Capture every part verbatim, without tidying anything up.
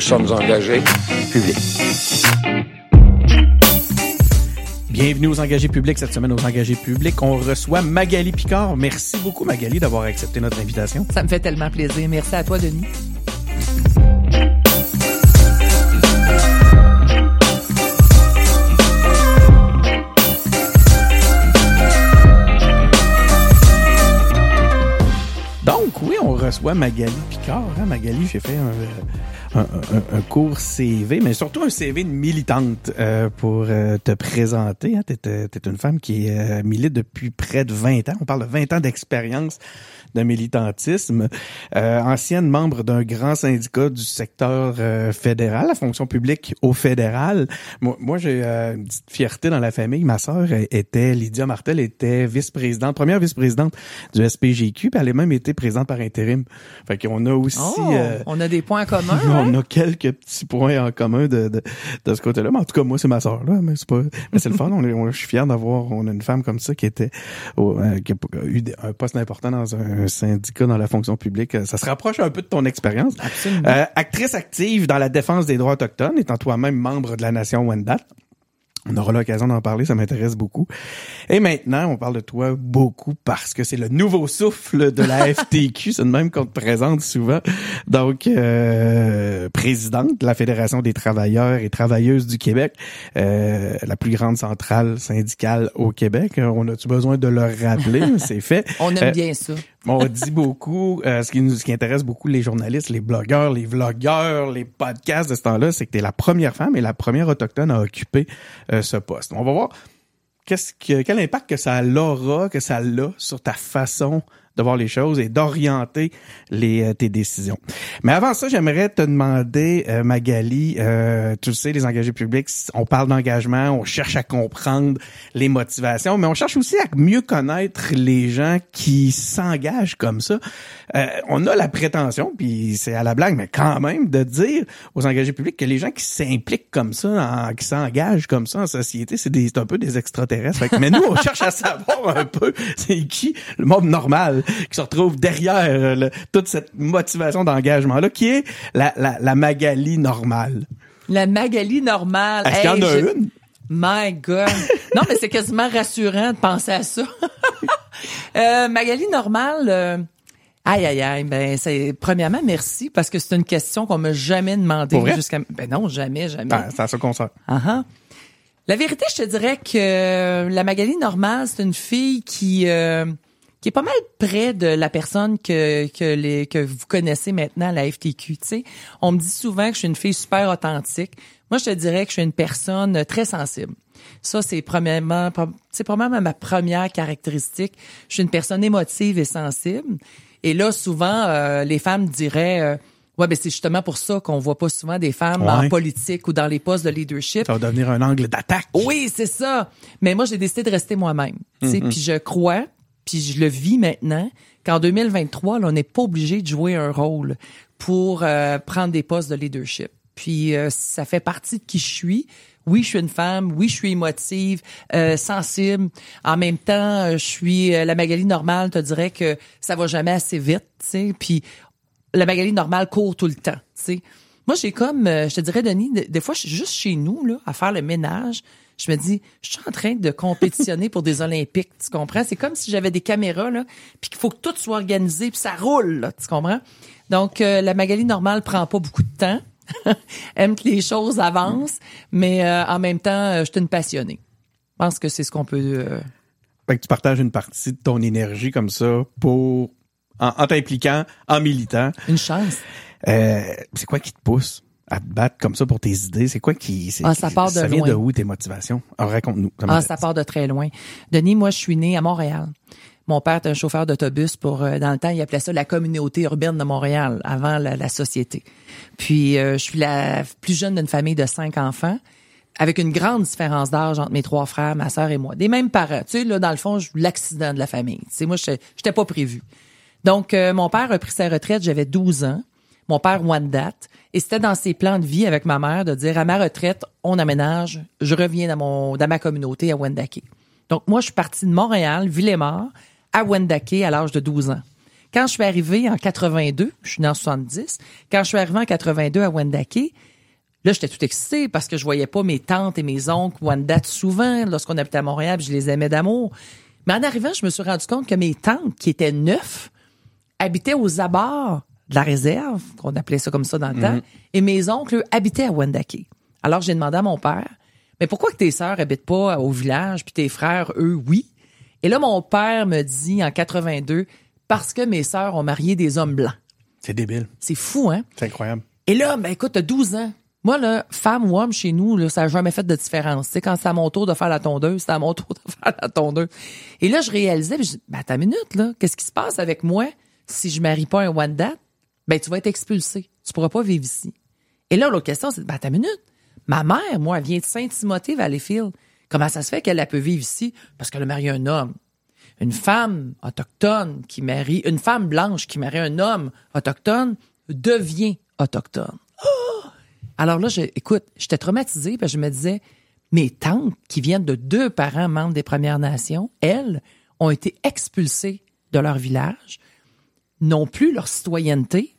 sommes engagés publics. Bienvenue aux Engagés publics. Cette semaine, aux Engagés publics, on reçoit Magali Picard. Merci beaucoup, Magali, d'avoir accepté notre invitation. Ça me fait tellement plaisir. Merci à toi, Denis. Donc, oui, on reçoit Magali Picard. Hein? Magali, j'ai fait un, un, un, un court C V, mais surtout un C V de militante euh, pour euh, te présenter. Hein? T'es, t'es une femme qui euh, milite depuis près de vingt ans. On parle de vingt ans d'expérience de militantisme. Euh, ancienne membre d'un grand syndicat du secteur euh, fédéral, la fonction publique au fédéral. Moi, moi j'ai euh, une petite fierté dans la famille. Ma sœur était, Lydia Martel, était vice-présidente, première vice-présidente du S P G Q, puis elle a même été présidente par intérim. Fait qu'on a aussi... Oh, euh, on a des points communs. On hein? a quelques petits points en commun de, de, de ce côté-là. Mais en tout cas, moi, c'est ma sœur, là. Mais c'est pas, mais c'est le fun. On est, on, je suis fier d'avoir, on a une femme comme ça qui était, euh, qui a eu un poste important dans un, un syndicat dans la fonction publique. Ça se rapproche un peu de ton expérience. Absolument. Euh, actrice active dans la défense des droits autochtones, étant toi-même membre de la nation Wendat. On aura l'occasion d'en parler, ça m'intéresse beaucoup. Et maintenant, on parle de toi beaucoup parce que c'est le nouveau souffle de la F T Q, c'est de même qu'on te présente souvent. Donc, euh, présidente de la Fédération des travailleurs et travailleuses du Québec, euh, la plus grande centrale syndicale au Québec. On a-tu besoin de le rappeler? C'est fait. On aime euh, bien ça. On dit beaucoup, euh, ce qui nous, ce qui intéresse beaucoup les journalistes, les blogueurs, les vlogueurs, les podcasts de ce temps-là, c'est que t'es la première femme et la première autochtone à occuper euh, ce poste. On va voir qu'est-ce que, quel impact que ça aura, que ça a sur ta façon de voir les choses et d'orienter les euh, tes décisions. Mais avant ça, j'aimerais te demander, euh, Magali, euh, tu le sais, les engagés publics, on parle d'engagement, on cherche à comprendre les motivations, mais on cherche aussi à mieux connaître les gens qui s'engagent comme ça. Euh, on a la prétention, puis c'est à la blague, mais quand même, de dire aux engagés publics que les gens qui s'impliquent comme ça, en, qui s'engagent comme ça en société, c'est, des, c'est un peu des extraterrestres. Fait que, mais nous, on cherche à savoir un peu c'est qui le monde normal qui se retrouve derrière le, toute cette motivation d'engagement-là, qui est la, la, la Magali normale. La Magali normale. Est-ce hey, qu'il y en a je... une? My God. Non, mais c'est quasiment rassurant de penser à ça. euh, Magali normale... Euh... Aïe, aïe, aïe. Ben, c'est, premièrement, merci, parce que c'est une question qu'on m'a jamais demandé jusqu'à, ben non, jamais, jamais. Ah, c'est à ça qu'on sort. Uh-huh. La vérité, je te dirais que la Magali normale, c'est une fille qui, euh, qui est pas mal près de la personne que, que les, que vous connaissez maintenant à la F T Q, tu sais. On me dit souvent que je suis une fille super authentique. Moi, je te dirais que je suis une personne très sensible. Ça, c'est premièrement, c'est probablement ma première caractéristique. Je suis une personne émotive et sensible. Et là, souvent, euh, les femmes diraient, euh, ouais, ben c'est justement pour ça qu'on voit pas souvent des femmes ouais. en politique ou dans les postes de leadership. Ça va devenir un angle d'attaque. Oui, c'est ça. Mais moi, j'ai décidé de rester moi-même. Mm-hmm. Puis je crois, puis je le vis maintenant, qu'en deux mille vingt-trois, là, on n'est pas obligé de jouer un rôle pour euh, prendre des postes de leadership. Puis euh, ça fait partie de qui je suis. Oui, je suis une femme. Oui, je suis émotive, euh, sensible. En même temps, je suis euh, la Magali normale. Te dirais que ça va jamais assez vite, tu sais. Puis la Magali normale court tout le temps, tu sais. Moi, j'ai comme, euh, je te dirais, Denis, des, des fois, je suis juste chez nous là, à faire le ménage. Je me dis, je suis en train de compétitionner pour des Olympiques, tu comprends? C'est comme si j'avais des caméras là, puis qu'il faut que tout soit organisé, puis ça roule, là, tu comprends? Donc, euh, la Magali normale prend pas beaucoup de temps. Aime que les choses avancent, mais euh, en même temps, euh, je suis une passionnée. Je pense que c'est ce qu'on peut... Euh... Fait que tu partages une partie de ton énergie comme ça pour en, en t'impliquant, en militant. Une chance. Euh, c'est quoi qui te pousse à te battre comme ça pour tes idées? C'est quoi qui... C'est, ah, ça part de ça loin. vient de où, tes motivations? Alors, raconte-nous. Ça ah, ça part de très loin. Denis, moi, je suis née à Montréal. Mon père était un chauffeur d'autobus pour, euh, dans le temps, il appelait ça la communauté urbaine de Montréal, avant la, la société. Puis, euh, je suis la plus jeune d'une famille de cinq enfants, avec une grande différence d'âge entre mes trois frères, ma sœur et moi. Des mêmes parents. Tu sais, là, dans le fond, je suis l'accident de la famille. Tu sais, moi, je j'étais pas prévu. Donc, euh, mon père a pris sa retraite, j'avais douze ans. Mon père, Wendat. Et c'était dans ses plans de vie avec ma mère de dire, à ma retraite, on aménage, je reviens dans mon, dans ma communauté à Wendake. Donc, moi, je suis partie de Montréal, Villemort, à Wendake à l'âge de douze ans. Quand je suis arrivée en quatre-vingt-deux, je suis née en soixante-dix, quand je suis arrivée en quatre-vingt-deux à Wendake, là, j'étais tout excitée parce que je voyais pas mes tantes et mes oncles Wendat souvent lorsqu'on habitait à Montréal, puis je les aimais d'amour. Mais en arrivant, je me suis rendu compte que mes tantes, qui étaient neuf, habitaient aux abords de la réserve, qu'on appelait ça comme ça dans le mm-hmm. temps, et mes oncles, eux, habitaient à Wendake. Alors, j'ai demandé à mon père, mais pourquoi que tes sœurs habitent pas au village, puis tes frères, eux, oui? Et là, mon père me dit, en quatre-vingt-deux, parce que mes sœurs ont marié des hommes blancs. C'est débile. C'est fou, hein? C'est incroyable. Et là, ben écoute, t'as douze ans. Moi, là, femme ou homme chez nous, là, ça n'a jamais fait de différence. Tu sais, quand c'est à mon tour de faire la tondeuse, c'est à mon tour de faire la tondeuse. Et là, je réalisais, puis je dis, ben, attends une minute, là. Qu'est-ce qui se passe avec moi si je marie pas un Wendat? Ben, tu vas être expulsé. Tu pourras pas vivre ici. Et là, l'autre question, c'est, ben, attends une minute. Ma mère, moi, elle vient de Saint-Timothée, Valleyfield. Comment ça se fait qu'elle elle peut vivre ici? Parce qu'elle a marié un homme. Une femme autochtone qui marie, une femme blanche qui marie un homme autochtone devient autochtone. Oh! Alors là, je, écoute, j'étais traumatisée parce que je me disais, mes tantes qui viennent de deux parents membres des Premières Nations, elles, ont été expulsées de leur village, n'ont plus leur citoyenneté.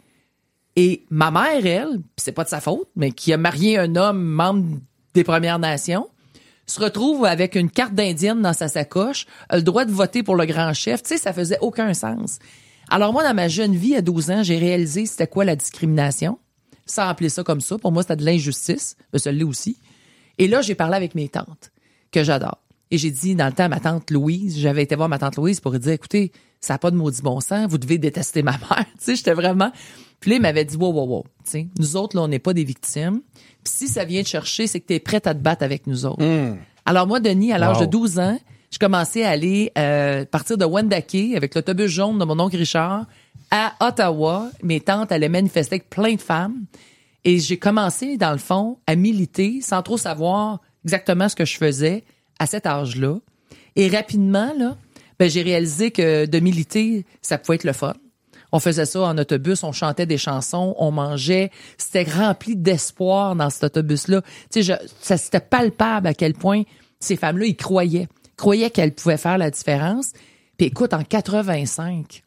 Et ma mère, elle, pis c'est pas de sa faute, mais qui a marié un homme membre des Premières Nations, se retrouve avec une carte d'indienne dans sa sacoche, a le droit de voter pour le grand chef. Tu sais, ça faisait aucun sens. Alors moi, dans ma jeune vie, à douze ans, j'ai réalisé c'était quoi la discrimination. Sans appeler ça comme ça. Pour moi, c'était de l'injustice. Mais ça l'est aussi. Et là, j'ai parlé avec mes tantes, que j'adore. Et j'ai dit, dans le temps, à ma tante Louise, j'avais été voir ma tante Louise pour lui dire, écoutez, ça n'a pas de maudit bon sens, vous devez détester ma mère. Tu sais, j'étais vraiment... Puis là, il m'avait dit, wow, wow, wow. Tu sais, nous autres, là, on n'est pas des victimes. Puis si ça vient te chercher, c'est que tu es prête à te battre avec nous autres. Mm. Alors moi, Denis, à l'âge wow. de douze ans, je commençais à aller euh, partir de Wendake avec l'autobus jaune de mon oncle Richard à Ottawa. Mes tantes allaient manifester avec plein de femmes. Et j'ai commencé, dans le fond, à militer sans trop savoir exactement ce que je faisais à cet âge-là. Et rapidement, là, ben, j'ai réalisé que de militer, ça pouvait être le fun. On faisait ça en autobus, on chantait des chansons, on mangeait. C'était rempli d'espoir dans cet autobus-là. Tu sais, je, ça, c'était palpable à quel point ces femmes-là, ils croyaient. Ils croyaient qu'elles pouvaient faire la différence. Puis écoute, en quatre-vingt-cinq,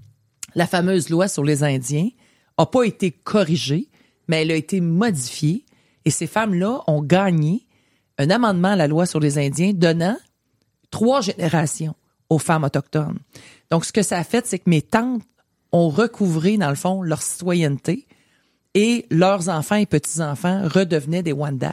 la fameuse loi sur les Indiens a pas été corrigée, mais elle a été modifiée. Et ces femmes-là ont gagné un amendement à la loi sur les Indiens donnant trois générations aux femmes autochtones. Donc, ce que ça a fait, c'est que mes tantes ont recouvré, dans le fond, leur citoyenneté et leurs enfants et petits-enfants redevenaient des Wendat.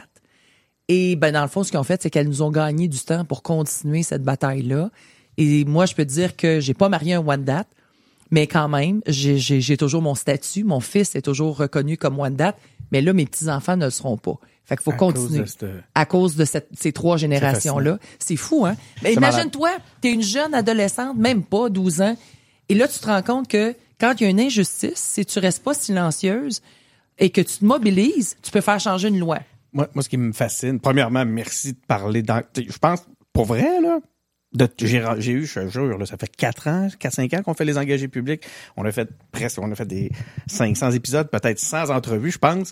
Et ben dans le fond, ce qu'ils ont fait, c'est qu'elles nous ont gagné du temps pour continuer cette bataille-là. Et moi, je peux te dire que j'ai pas marié un Wendat, mais quand même, j'ai, j'ai, j'ai toujours mon statut. Mon fils est toujours reconnu comme Wendat, mais là, mes petits-enfants ne le seront pas. Fait qu'il faut à continuer. Cause cette... À cause de cette, ces trois générations-là. C'est, c'est fou, hein? Mais imagine-toi, t'es une jeune adolescente, même pas douze ans, et là, tu te rends compte que quand il y a une injustice, si tu restes pas silencieuse et que tu te mobilises, tu peux faire changer une loi. Moi, moi ce qui me fascine, premièrement, merci de parler dans... Je pense, pour vrai, là, de, j'ai, j'ai eu, je te jure, là, ça fait quatre ans, quatre cinq ans qu'on fait les engagés publics. On a fait presque, on a fait des cinq cents épisodes, peut-être cent entrevues, je pense.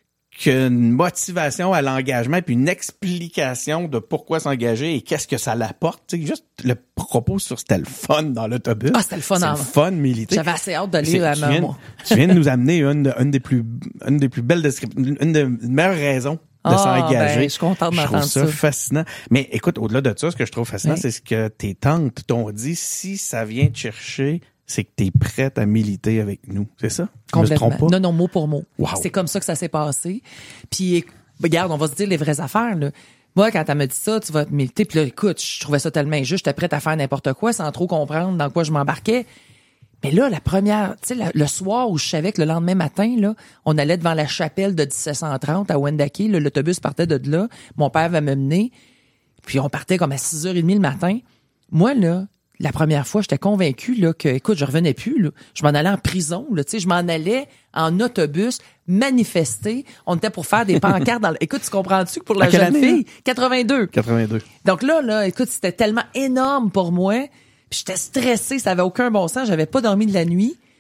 Qu'une motivation à l'engagement puis une explication de pourquoi s'engager et qu'est-ce que ça l'apporte. Tu sais, juste le propos sur c'était le fun dans l'autobus. Ah, c'était le fun. C'est en... le fun militer. J'avais assez hâte d'aller à ma moi. Tu viens de nous amener une, une des plus, une des plus belles descriptions, une des meilleures raisons de ah, s'engager. Ben, je suis contente d'entendre ça. Je trouve ça fascinant. Mais écoute, au-delà de ça, ce que je trouve fascinant, oui. c'est ce que tes tantes t'ont dit. Si ça vient te chercher, c'est que t'es prête à militer avec nous. C'est ça? Complètement. Non, non, mot pour mot. Wow. C'est comme ça que ça s'est passé. Puis, regarde, on va se dire les vraies affaires, là. Moi, quand elle m'a dit ça, tu vas militer. Puis là, écoute, je trouvais ça tellement injuste. J'étais prête à faire n'importe quoi sans trop comprendre dans quoi je m'embarquais. Mais là, la première, tu sais, le soir où je savais que le lendemain matin, là, on allait devant la chapelle de dix-sept cent trente à Wendake. Là, l'autobus partait de là. Mon père va me mener. Puis on partait comme à six heures trente le matin. Moi, là, la première fois, j'étais convaincue là, que, écoute, je revenais plus. Là. Je m'en allais en prison. Là, tu sais, je m'en allais en autobus manifester. On était pour faire des pancartes. Dans le... Écoute, tu comprends-tu que pour la jeune année, fille? Là? quatre-vingt-deux. quatre-vingt-deux. Donc là, là, écoute, c'était tellement énorme pour moi. Puis j'étais stressée, ça avait aucun bon sens. J'avais pas dormi de la nuit.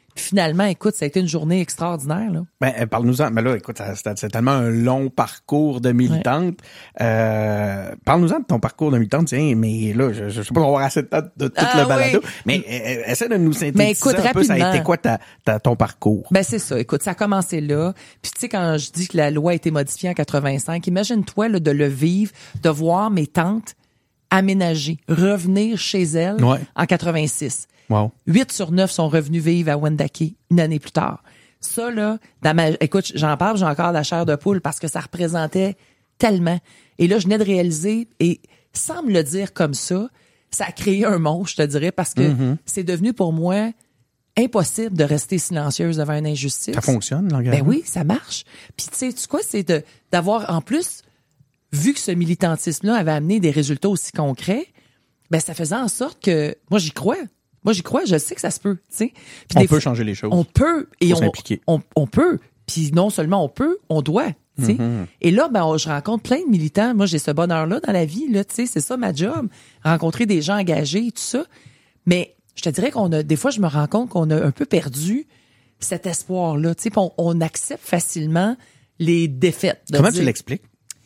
Finalement, écoute, ça a été une journée extraordinaire, là. Ben, parle-nous-en. Mais là, écoute, ça, c'est, c'est tellement un long parcours de militante. Ouais. Euh, parle-nous-en de ton parcours de militante. Tiens, mais là, je, je sais pas si on va avoir assez de temps de tout ah, le balado. Oui. Mais euh, essaie de nous synthétiser mais écoute, un rapidement. peu. Ça a été quoi ta, ta, ton parcours? Ben, c'est ça. Écoute, ça a commencé là. Puis tu sais, quand je dis que la loi a été modifiée en quatre-vingt-cinq, imagine-toi là, de le vivre, de voir mes tantes aménager, revenir chez elles ouais. en quatre-vingt-six. Wow. Huit sur neuf sont revenus vivre à Wendake une année plus tard. Ça, là, dans ma, écoute, j'en parle, j'ai encore la chair de poule parce que ça représentait tellement. Et là, je venais de réaliser, et sans me le dire comme ça, ça a créé un monstre, je te dirais, parce que mm-hmm. c'est devenu pour moi impossible de rester silencieuse devant une injustice. Ça fonctionne, l'engagement? Ben oui, ça marche. Puis tu sais, tu sais quoi, c'est de, d'avoir, en plus, vu que ce militantisme-là avait amené des résultats aussi concrets, ben ça faisait en sorte que, moi, j'y crois. Moi, j'y crois, je sais que ça se peut, tu sais. On peut fois, changer les choses. On peut. Et on, on, on peut. Puis non seulement on peut, on doit, tu sais. Mm-hmm. Et là, ben, je rencontre plein de militants. Moi, j'ai ce bonheur-là dans la vie, là, tu sais. C'est ça ma job. Rencontrer des gens engagés et tout ça. Mais je te dirais qu'on a, des fois, je me rends compte qu'on a un peu perdu cet espoir-là, tu sais. On, on accepte facilement les défaites. Comment dire, tu l'expliques?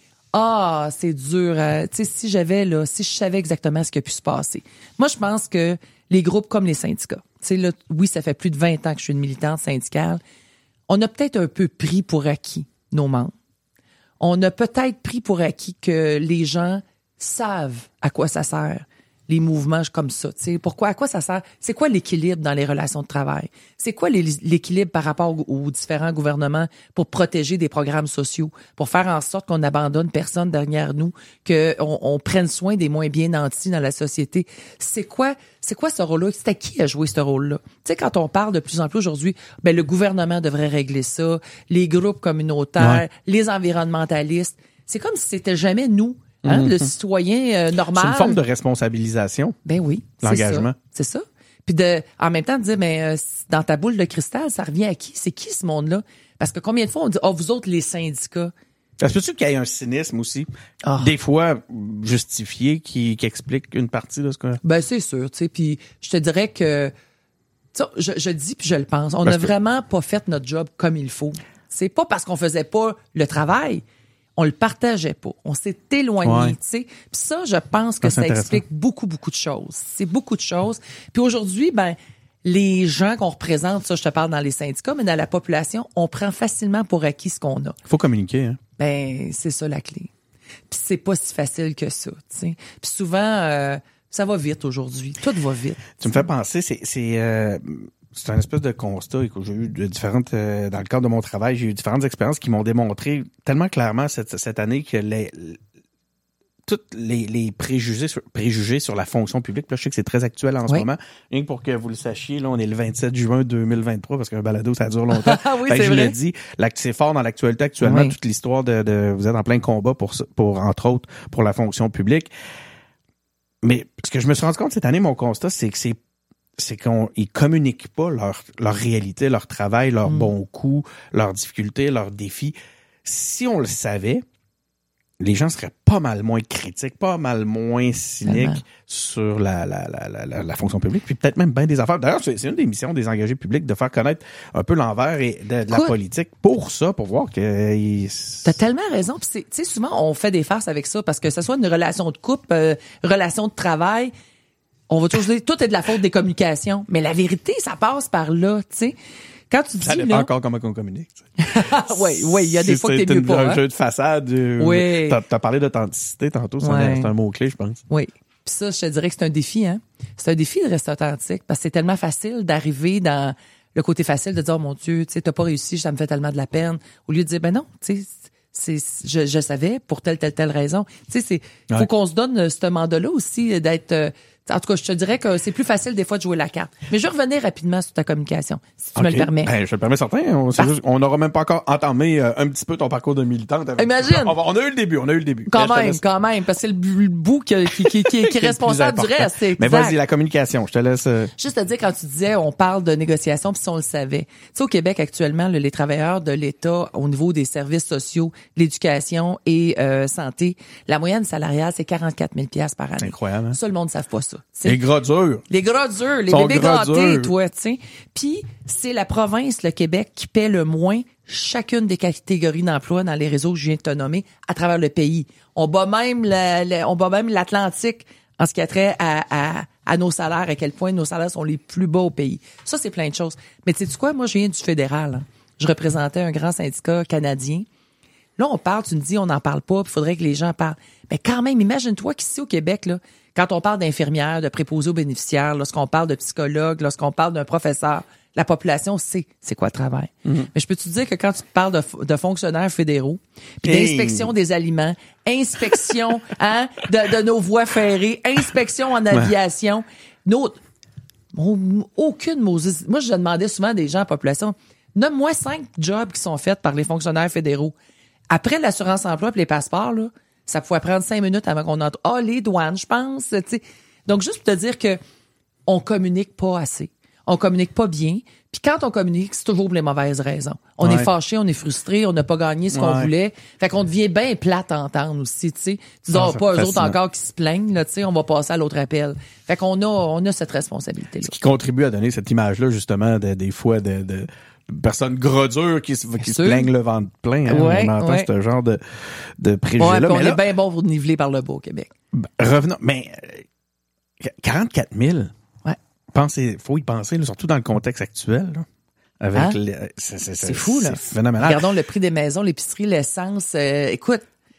Ah, c'est dur. Euh, tu sais, si j'avais, là, si je savais exactement ce qui a pu se passer. Moi, je pense que les groupes comme les syndicats, tu sais, là, oui, ça fait plus de vingt ans que je suis une militante syndicale. On a peut-être un peu pris pour acquis nos membres. On a peut-être pris pour acquis que les gens savent à quoi ça sert, les mouvements comme ça. Tu sais, pourquoi, à quoi ça sert? C'est quoi l'équilibre dans les relations de travail? C'est quoi les, l'équilibre par rapport aux, aux différents gouvernements pour protéger des programmes sociaux, pour faire en sorte qu'on n'abandonne personne derrière nous, qu'on on prenne soin des moins bien nantis dans la société? C'est quoi, c'est quoi ce rôle-là? C'est à qui a joué ce rôle-là? Tu sais, quand on parle de plus en plus aujourd'hui, ben, le gouvernement devrait régler ça, les groupes communautaires, ouais. les environnementalistes. C'est comme si c'était jamais nous. Hein, mmh. Le citoyen euh, normal. C'est une forme de responsabilisation. Ben oui. L'engagement. C'est ça. C'est ça. Puis de, en même temps, de dire, mais euh, dans ta boule de cristal, ça revient à qui? C'est qui ce monde-là? Parce que combien de fois on dit, oh, vous autres, les syndicats. Ça se peut-tu qu'il y ait un cynisme aussi? Oh. Des fois justifié qui, qui explique une partie de ce que. Ben, c'est sûr, tu sais. Puis je te dirais que, je, je dis puis je le pense. On n'a vraiment pas fait notre job comme il faut. C'est pas parce qu'on faisait pas le travail. On le partageait pas. On s'est éloigné, ouais. tu sais. Puis ça, je pense que ah, ça explique beaucoup, beaucoup de choses. C'est beaucoup de choses. Puis aujourd'hui, ben, les gens qu'on représente, ça, je te parle dans les syndicats, mais dans la population, on prend facilement pour acquis ce qu'on a. Faut communiquer, hein. Ben, c'est ça la clé. Puis c'est pas si facile que ça, tu sais. Puis souvent, euh, ça va vite aujourd'hui. Tout va vite. Tu me fais penser, c'est, c'est, euh, c'est un espèce de constat que j'ai eu de différentes, euh, dans le cadre de mon travail, j'ai eu différentes expériences qui m'ont démontré tellement clairement cette, cette année que les, tous les, les préjugés, sur, préjugés sur la fonction publique, là, je sais que c'est très actuel en ce oui. moment. Rien que pour que vous le sachiez, là, on est le vingt-sept juin deux mille vingt-trois parce qu'un balado, ça dure longtemps. oui, fait c'est que je vrai. l'ai dit, là, c'est fort dans l'actualité actuellement, oui. toute l'histoire de, de, vous êtes en plein combat pour, pour, entre autres, pour la fonction publique. Mais ce que je me suis rendu compte cette année, mon constat, c'est que c'est c'est qu'on ils communiquent pas leur leur réalité, leur travail, leurs mm. bons coups, leurs difficultés, leurs défis. Si on le savait, les gens seraient pas mal moins critiques, pas mal moins cyniques Vraiment. sur la la, la la la la fonction publique, puis peut-être même bien des affaires. D'ailleurs, c'est, c'est une des missions des engagés publics de faire connaître un peu l'envers et de, de la politique pour ça, pour voir que ils... T'as tellement raison. Puis tu sais, souvent on fait des farces avec ça parce que ce soit une relation de couple, euh, relation de travail. On va toujours dire, tout est de la faute des communications. Mais la vérité, ça passe par là, tu sais. Quand tu dis, ça dépend là... encore comment on communique. oui, oui, il y a des si fois que t'es mieux une, pas. un hein? jeu de façade. Euh, oui. T'as, t'as parlé d'authenticité tantôt, c'est, ouais. un, c'est un mot-clé, je pense. Oui. Puis ça, je te dirais que c'est un défi, hein. C'est un défi de rester authentique parce que c'est tellement facile d'arriver dans le côté facile de dire, oh mon Dieu, tu sais, t'as pas réussi, ça me fait tellement de la peine. Au lieu de dire, ben non, tu sais, c'est, je, je savais pour telle, telle, telle raison. Tu sais, c'est, faut ouais. qu'on se donne ce mandat-là aussi d'être, euh, en tout cas, je te dirais que c'est plus facile des fois de jouer la carte. Mais je vais revenir rapidement sur ta communication, si tu okay. me le permets. Ben, je te le permets certain. On, c'est juste, on n'aura même pas encore entamé euh, un petit peu ton parcours de militante. Avec... Imagine! On, on a eu le début, on a eu le début. Quand même, quand même, parce que c'est le, le bout qui, qui, qui, qui, qui est responsable du reste. C'est Mais vas-y, la communication, je te laisse... Euh... Juste te dire, quand tu disais, on parle de négociation, puis si on le savait. Tu sais, au Québec, actuellement, là, les travailleurs de l'État, au niveau des services sociaux, l'éducation et euh, santé, la moyenne salariale, c'est quarante-quatre mille dollars par année. Incroyable. Hein? Ça, le monde ne savent pas ça. ça. T'sais. Les gras durs. Les gras durs, les Sont bébés gras gâtés, durs. toi, tu sais. Puis, c'est la province, le Québec, qui paie le moins chacune des catégories d'emploi dans les réseaux que je viens de te nommer à travers le pays. On bat même la, la- on bat même l'Atlantique en ce qui a trait à, à, à nos salaires, à quel point nos salaires sont les plus bas au pays. Ça, c'est plein de choses. Mais tu sais quoi, moi, je viens du fédéral. Hein. Je représentais un grand syndicat canadien. Là, on parle, tu me dis, on n'en parle pas, il faudrait que les gens parlent. Mais quand même, imagine-toi qu'ici au Québec, là, quand on parle d'infirmières, de préposés aux bénéficiaires, lorsqu'on parle de psychologues, lorsqu'on parle d'un professeur, la population sait c'est quoi le travail. Mm-hmm. Mais je peux te dire que quand tu parles de, de fonctionnaires fédéraux, puis hey. d'inspection des aliments, inspection hein, de, de nos voies ferrées, inspection en aviation, ouais. nos, aucune Moses. Moi, je demandais souvent à des gens en population, nomme-moi cinq jobs qui sont faits par les fonctionnaires fédéraux. Après l'assurance-emploi et les passeports, là, ça pouvait prendre cinq minutes avant qu'on entre. Ah, oh, les douanes, je pense. T'sais. Donc, juste pour te dire que on communique pas assez. On communique pas bien. Puis quand on communique, c'est toujours pour les mauvaises raisons. On ouais. est fâché, on est frustré, on n'a pas gagné ce qu'on ouais. voulait. Fait qu'on devient bien plate à entendre aussi, tu sais. Disons, ah, pas eux autres encore qui se plaignent, là, tu sais, on va passer à l'autre appel. Fait qu'on a, on a cette responsabilité-là. Ce qui contribue à donner cette image-là, justement, de, des fois, de, de personnes gros dures qui, se, qui se plaignent le ventre plein. Hein? Ouais, on entend ouais. ce genre de, de préjugés-là. Ouais, on mais est bien bon pour niveler par le bas au Québec. Ben, revenons, mais euh, quarante-quatre mille. Ouais. Pensez, faut y penser, là, surtout dans le contexte actuel. Là, avec hein? les, c'est, c'est, c'est fou, là. C'est phénoménal. Regardons le prix des maisons, l'épicerie, l'essence. Euh, écoute,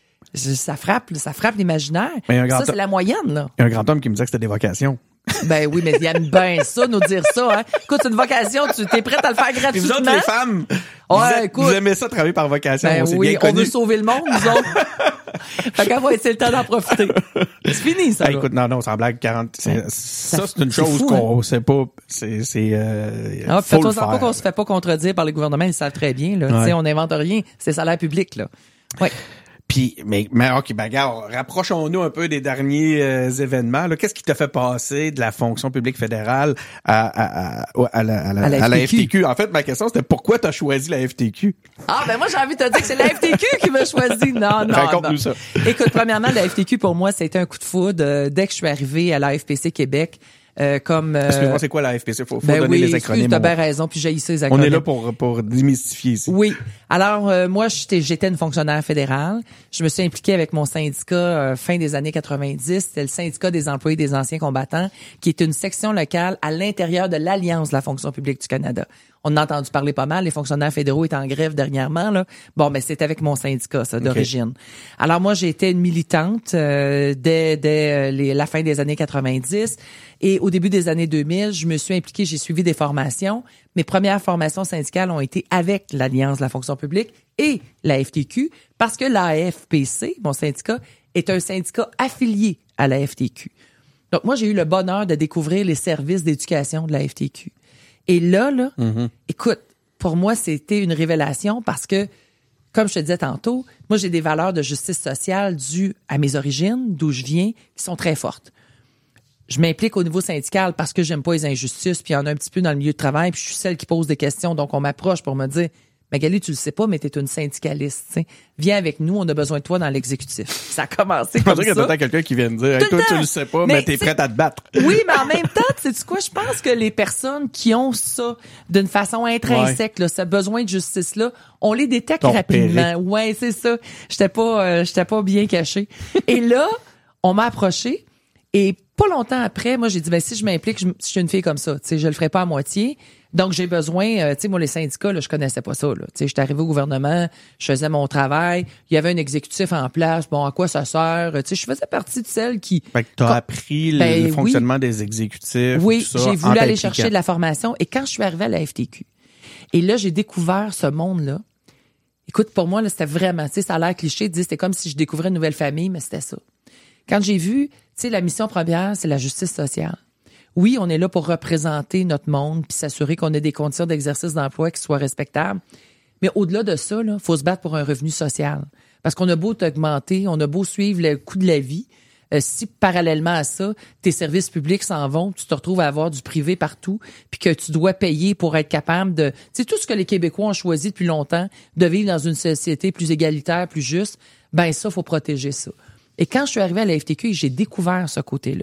ça frappe, ça frappe l'imaginaire. Ça, c'est la moyenne, là. Il y a un grand homme qui me disait que c'était des vocations. Ben oui, mais il aime bien ça, nous dire ça, hein. Écoute, c'est une vocation, tu t'es prête à le faire gratuitement. Et vous autres, les femmes, ouais, vous, êtes, écoute, vous aimez ça travailler par vocation. Ben c'est oui, bien on connu. veut sauver le monde, nous autres. Fait qu'on va essayer le temps d'en profiter. C'est fini, ça. Ah, écoute, non, non, sans blague, quarante, c'est, ça, ça, c'est une c'est chose fou, qu'on hein? sait pas, c'est, c'est, euh, ah, faut le faire. Pas qu'on se fait pas contredire par les gouvernements, ils savent très bien, là. Ouais. Tu sais, on n'invente rien, c'est salaire public, là. Ouais. Puis, mais, mais ok, ben, regarde, rapprochons-nous un peu des derniers euh, événements. Là. Qu'est-ce qui t'a fait passer de la fonction publique fédérale à, à, à, à, la, à, la, à, la, à la F T Q? En fait, ma question, c'était pourquoi t'as choisi la F T Q? Ah, ben moi, j'ai envie de te dire que c'est la F T Q qui m'a choisi. Non, non. Raconte-nous ça. Écoute, premièrement, la F T Q, pour moi, c'était un coup de foudre. Euh, dès que je suis arrivée à la F P C Québec, Euh, comme euh, Excuse-moi, c'est quoi la F P C? Faut, faut ben donner oui, les acronymes. T'as bien raison, puis j'ai essayé les acronymes. On est là pour pour démystifier ici. Oui. Alors euh, moi, j'étais j'étais une fonctionnaire fédérale. Je me suis impliquée avec mon syndicat euh, fin des années quatre-vingt-dix. C'était le syndicat des employés des anciens combattants, qui est une section locale à l'intérieur de l'Alliance de la fonction publique du Canada. On a entendu parler pas mal. Les fonctionnaires fédéraux étaient en grève dernièrement, là. Bon, ben c'est avec mon syndicat, ça, d'origine. Okay. Alors moi, j'ai été une militante euh, dès, dès les, la fin des années quatre-vingt-dix. Et au début des années deux mille, je me suis impliquée, j'ai suivi des formations. Mes premières formations syndicales ont été avec l'Alliance de la fonction publique et la F T Q, parce que la F P C, mon syndicat, est un syndicat affilié à la F T Q. Donc moi, j'ai eu le bonheur de découvrir les services d'éducation de la F T Q. Et là, là, mm-hmm. écoute, pour moi, c'était une révélation parce que, comme je te disais tantôt, moi, j'ai des valeurs de justice sociale dues à mes origines, d'où je viens, qui sont très fortes. Je m'implique au niveau syndical parce que j'aime pas les injustices, puis il y en a un petit peu dans le milieu de travail, puis je suis celle qui pose des questions, donc on m'approche pour me dire « Magali, tu le sais pas, mais t'es une syndicaliste, t'sais. Viens avec nous, on a besoin de toi dans l'exécutif. » Ça a commencé comme ça. Je pense qu'il y a peut-être quelqu'un qui vient de dire hey, « Toi, tu le sais pas, mais, mais t'es prête à te battre. » Oui, mais en même temps, sais-tu quoi? Je pense que les personnes qui ont ça d'une façon intrinsèque, ouais. là, ce besoin de justice-là, on les détecte Ton rapidement. Péré. Ouais, c'est ça. J'étais pas, euh, j'étais pas bien cachée. Et là, on m'a approché. Et pas longtemps après, moi, j'ai dit, ben si je m'implique, je, je suis une fille comme ça, tu sais, je le ferai pas à moitié. Donc, j'ai besoin, euh, tu sais, moi, les syndicats, là, je connaissais pas ça, là. Tu sais, j'étais arrivée au gouvernement, je faisais mon travail, il y avait un exécutif en place, bon, à quoi ça sert? Tu sais, je faisais partie de celles qui... Fait que t'as appris le, ben, le fonctionnement oui. des exécutifs, oui, tout ça, j'ai voulu aller chercher de la formation. Et quand je suis arrivée à la F T Q, et là, j'ai découvert ce monde-là. Écoute, pour moi, là, c'était vraiment, tu sais, ça a l'air cliché de dire, c'était comme si je découvrais une nouvelle famille, mais c'était ça. Quand j'ai vu, tu sais, la mission première, c'est la justice sociale. Oui, on est là pour représenter notre monde puis s'assurer qu'on ait des conditions d'exercice d'emploi qui soient respectables. Mais au-delà de ça, il faut se battre pour un revenu social. Parce qu'on a beau t'augmenter, on a beau suivre le coût de la vie. Euh, si parallèlement à ça, tes services publics s'en vont, tu te retrouves à avoir du privé partout, puis que tu dois payer pour être capable de... Tu sais, tout ce que les Québécois ont choisi depuis longtemps, de vivre dans une société plus égalitaire, plus juste, ben ça, faut protéger ça. Et quand je suis arrivée à la F T Q, j'ai découvert ce côté-là.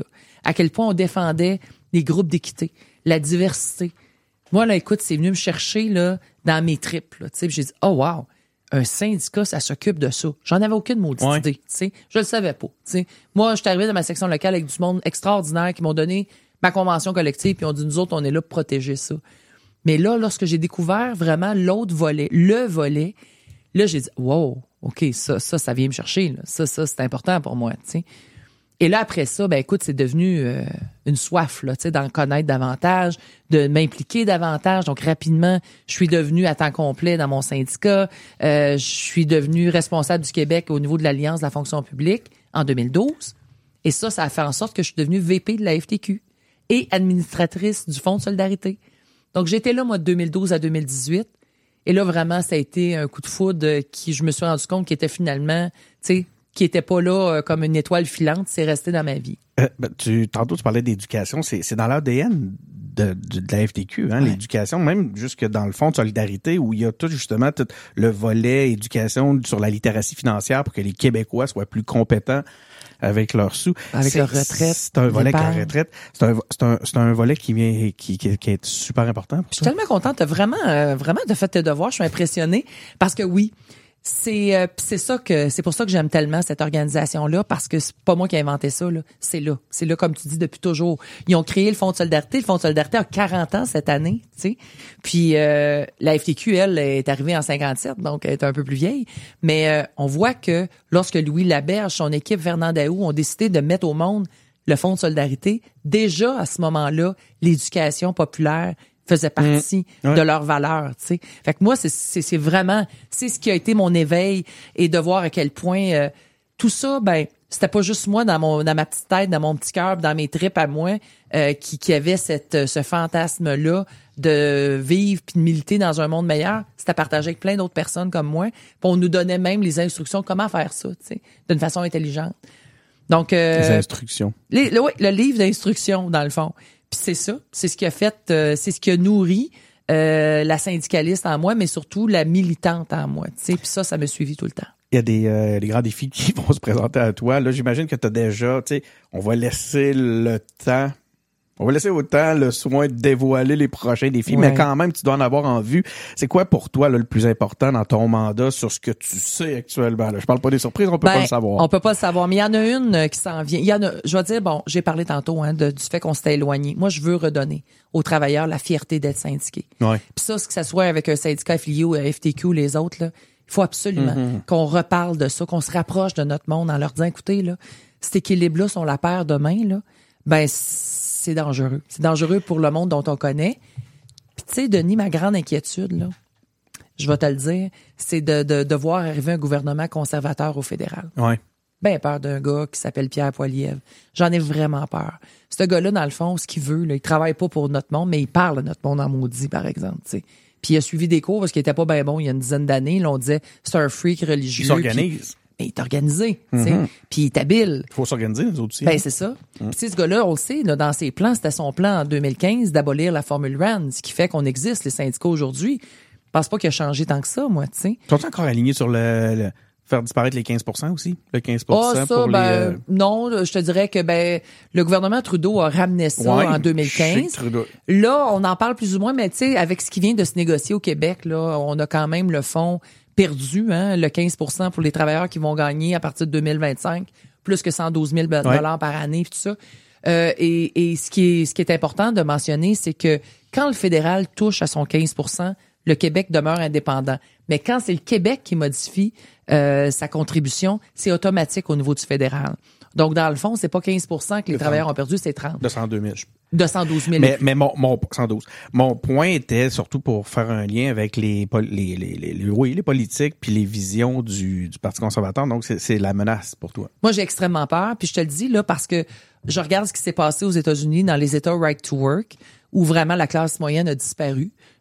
à quel point on défendait les groupes d'équité, la diversité. Moi, là, écoute, c'est venu me chercher là dans mes tripes. Là, j'ai dit, oh wow, un syndicat, ça s'occupe de ça. J'en avais aucune maudite ouais. idée. T'sais. Je le savais pas. T'sais. Moi, je suis arrivé dans ma section locale avec du monde extraordinaire qui m'ont donné ma convention collective, puis on dit, nous autres, on est là pour protéger ça. Mais là, lorsque j'ai découvert vraiment l'autre volet, le volet, là, j'ai dit, wow, OK, ça, ça, ça vient me chercher. Là. Ça, ça, c'est important pour moi. T'sais. Et là, après ça, ben écoute, c'est devenu euh, une soif là, tu sais, d'en connaître davantage, de m'impliquer davantage. Donc, rapidement, je suis devenue à temps complet dans mon syndicat. Euh, je suis devenue responsable du Québec au niveau de l'Alliance de la fonction publique en deux mille douze. Et ça, ça a fait en sorte que je suis devenue V P de la F T Q et administratrice du Fonds de solidarité. Donc, j'étais là, moi, de deux mille douze à deux mille dix-huit. Et là, vraiment, ça a été un coup de foudre qui, je me suis rendu compte, qui était finalement, tu sais, qui était pas là euh, comme une étoile filante, c'est resté dans ma vie. Euh, ben, tu, tantôt, tu parlais d'éducation. C'est, c'est dans l'A D N de, de, de la F T Q, hein, ouais. L'éducation, même jusque dans le Fonds de solidarité, où il y a tout justement tout le volet éducation sur la littératie financière pour que les Québécois soient plus compétents avec leurs sous. Avec leur retraite. C'est un volet avec leur retraite. C'est un, c'est un, c'est un volet qui vient, qui, qui, qui est super important pour Je suis ça. tellement contente. T'as vraiment, euh, vraiment, de fait tes devoirs. Je suis impressionnée parce que oui, c'est, euh, c'est ça que, c'est pour ça que j'aime tellement cette organisation-là parce que c'est pas moi qui ai inventé ça, là. C'est là. C'est là, comme tu dis, depuis toujours. Ils ont créé le Fonds de solidarité. Le Fonds de solidarité a quarante ans cette année, tu sais. Puis, euh, la F T Q, elle, est arrivée en cinquante-sept, donc elle est un peu plus vieille. Mais, euh, on voit que lorsque Louis Laberge, son équipe, Fernand Daou, ont décidé de mettre au monde le Fonds de solidarité, déjà, à ce moment-là, l'éducation populaire faisait partie mmh. ouais. de leurs valeurs, tu sais. Fait que moi, c'est, c'est, c'est vraiment, c'est ce qui a été mon éveil et de voir à quel point euh, tout ça, ben, c'était pas juste moi dans mon, dans ma petite tête, dans mon petit cœur, dans mes tripes à moi, euh, qui, qui avait cette, ce fantasme-là de vivre puis de militer dans un monde meilleur. C'était partagé avec plein d'autres personnes comme moi. Puis on nous donnait même les instructions comment faire ça, tu sais, d'une façon intelligente. Donc, euh, les instructions. Les, le, oui, le livre d'instructions, dans le fond. Puis c'est ça, c'est ce qui a fait, euh, c'est ce qui a nourri euh, la syndicaliste en moi, mais surtout la militante en moi. Tu sais, puis ça, ça m'a suivi tout le temps. Il y a des, euh, des grands défis qui vont se présenter à toi. Là, j'imagine que tu as déjà, tu sais, on va laisser le temps, on va laisser au temps le soin de dévoiler les prochains défis, ouais. mais quand même, tu dois en avoir en vue. C'est quoi pour toi là, le plus important dans ton mandat sur ce que tu sais actuellement? Là? Je parle pas des surprises, on peut ben, pas le savoir. On peut pas le savoir, mais il y en a une qui s'en vient. Il y en a, je vais dire, bon, j'ai parlé tantôt hein, de, du fait qu'on s'était éloigné. Moi, je veux redonner aux travailleurs la fierté d'être syndiqués. Ouais. Puis ça, que ça soit avec un syndicat affilié ou F T Q ou les autres, là, il faut absolument mm-hmm. qu'on reparle de ça, qu'on se rapproche de notre monde en leur disant, écoutez, là, cet équilibre-là sont la paire demain, là, ben c'est dangereux. C'est dangereux pour le monde dont on connaît. Puis tu sais, Denis, ma grande inquiétude, là, je vais te le dire, c'est de, de, de voir arriver un gouvernement conservateur au fédéral. Ouais. Ben peur d'un gars qui s'appelle Pierre Poilievre. J'en ai vraiment peur. Ce gars-là, dans le fond, ce qu'il veut, là, il travaille pas pour notre monde, mais il parle de notre monde en maudit, par exemple, tu sais. Puis il a suivi des cours parce qu'il était pas bien bon il y a une dizaine d'années. Là, on disait, c'est un freak religieux. Il s'organise. Mais il est organisé, tu sais. Mm-hmm. Puis il est habile. Il faut s'organiser, nous autres aussi. Ben, c'est ça. Mm. Puis ce gars-là, on le sait, là, dans ses plans, c'était son plan en deux mille quinze d'abolir la formule Rand, ce qui fait qu'on existe, les syndicats aujourd'hui. Je pense pas qu'il a changé tant que ça, moi, tu sais. Sont-ils encore alignés sur le, le faire disparaître les quinze pour cent aussi? Le quinze pour cent oh, ça, pour ben, les... Euh... Non, je te dirais que ben le gouvernement Trudeau a ramené ça ouais, en deux mille quinze. Là, on en parle plus ou moins, mais tu sais, avec ce qui vient de se négocier au Québec, là, on a quand même le fonds perdu, hein, le quinze pour cent pour les travailleurs qui vont gagner à partir de deux mille vingt-cinq, plus que cent douze mille dollars ouais. par année, tout ça. Euh, et et ce, qui est, ce qui est important de mentionner, c'est que quand le fédéral touche à son quinze pour cent, le Québec demeure indépendant. Mais quand c'est le Québec qui modifie euh, sa contribution, c'est automatique au niveau du fédéral. Donc, dans le fond, c'est pas quinze pour cent que les travailleurs ont perdu, c'est trente. De cent deux mille. De cent douze mille. Mais, mais mon, mon, cent douze. Mon point était surtout pour faire un lien avec les, les, les, les, les, oui, les politiques puis les visions du, du Parti conservateur. Donc, c'est, c'est la menace pour toi. Moi, j'ai extrêmement peur. Puis je te le dis, là, parce que je regarde ce qui s'est passé aux États-Unis dans les États right to work, où vraiment la classe moyenne a disparu.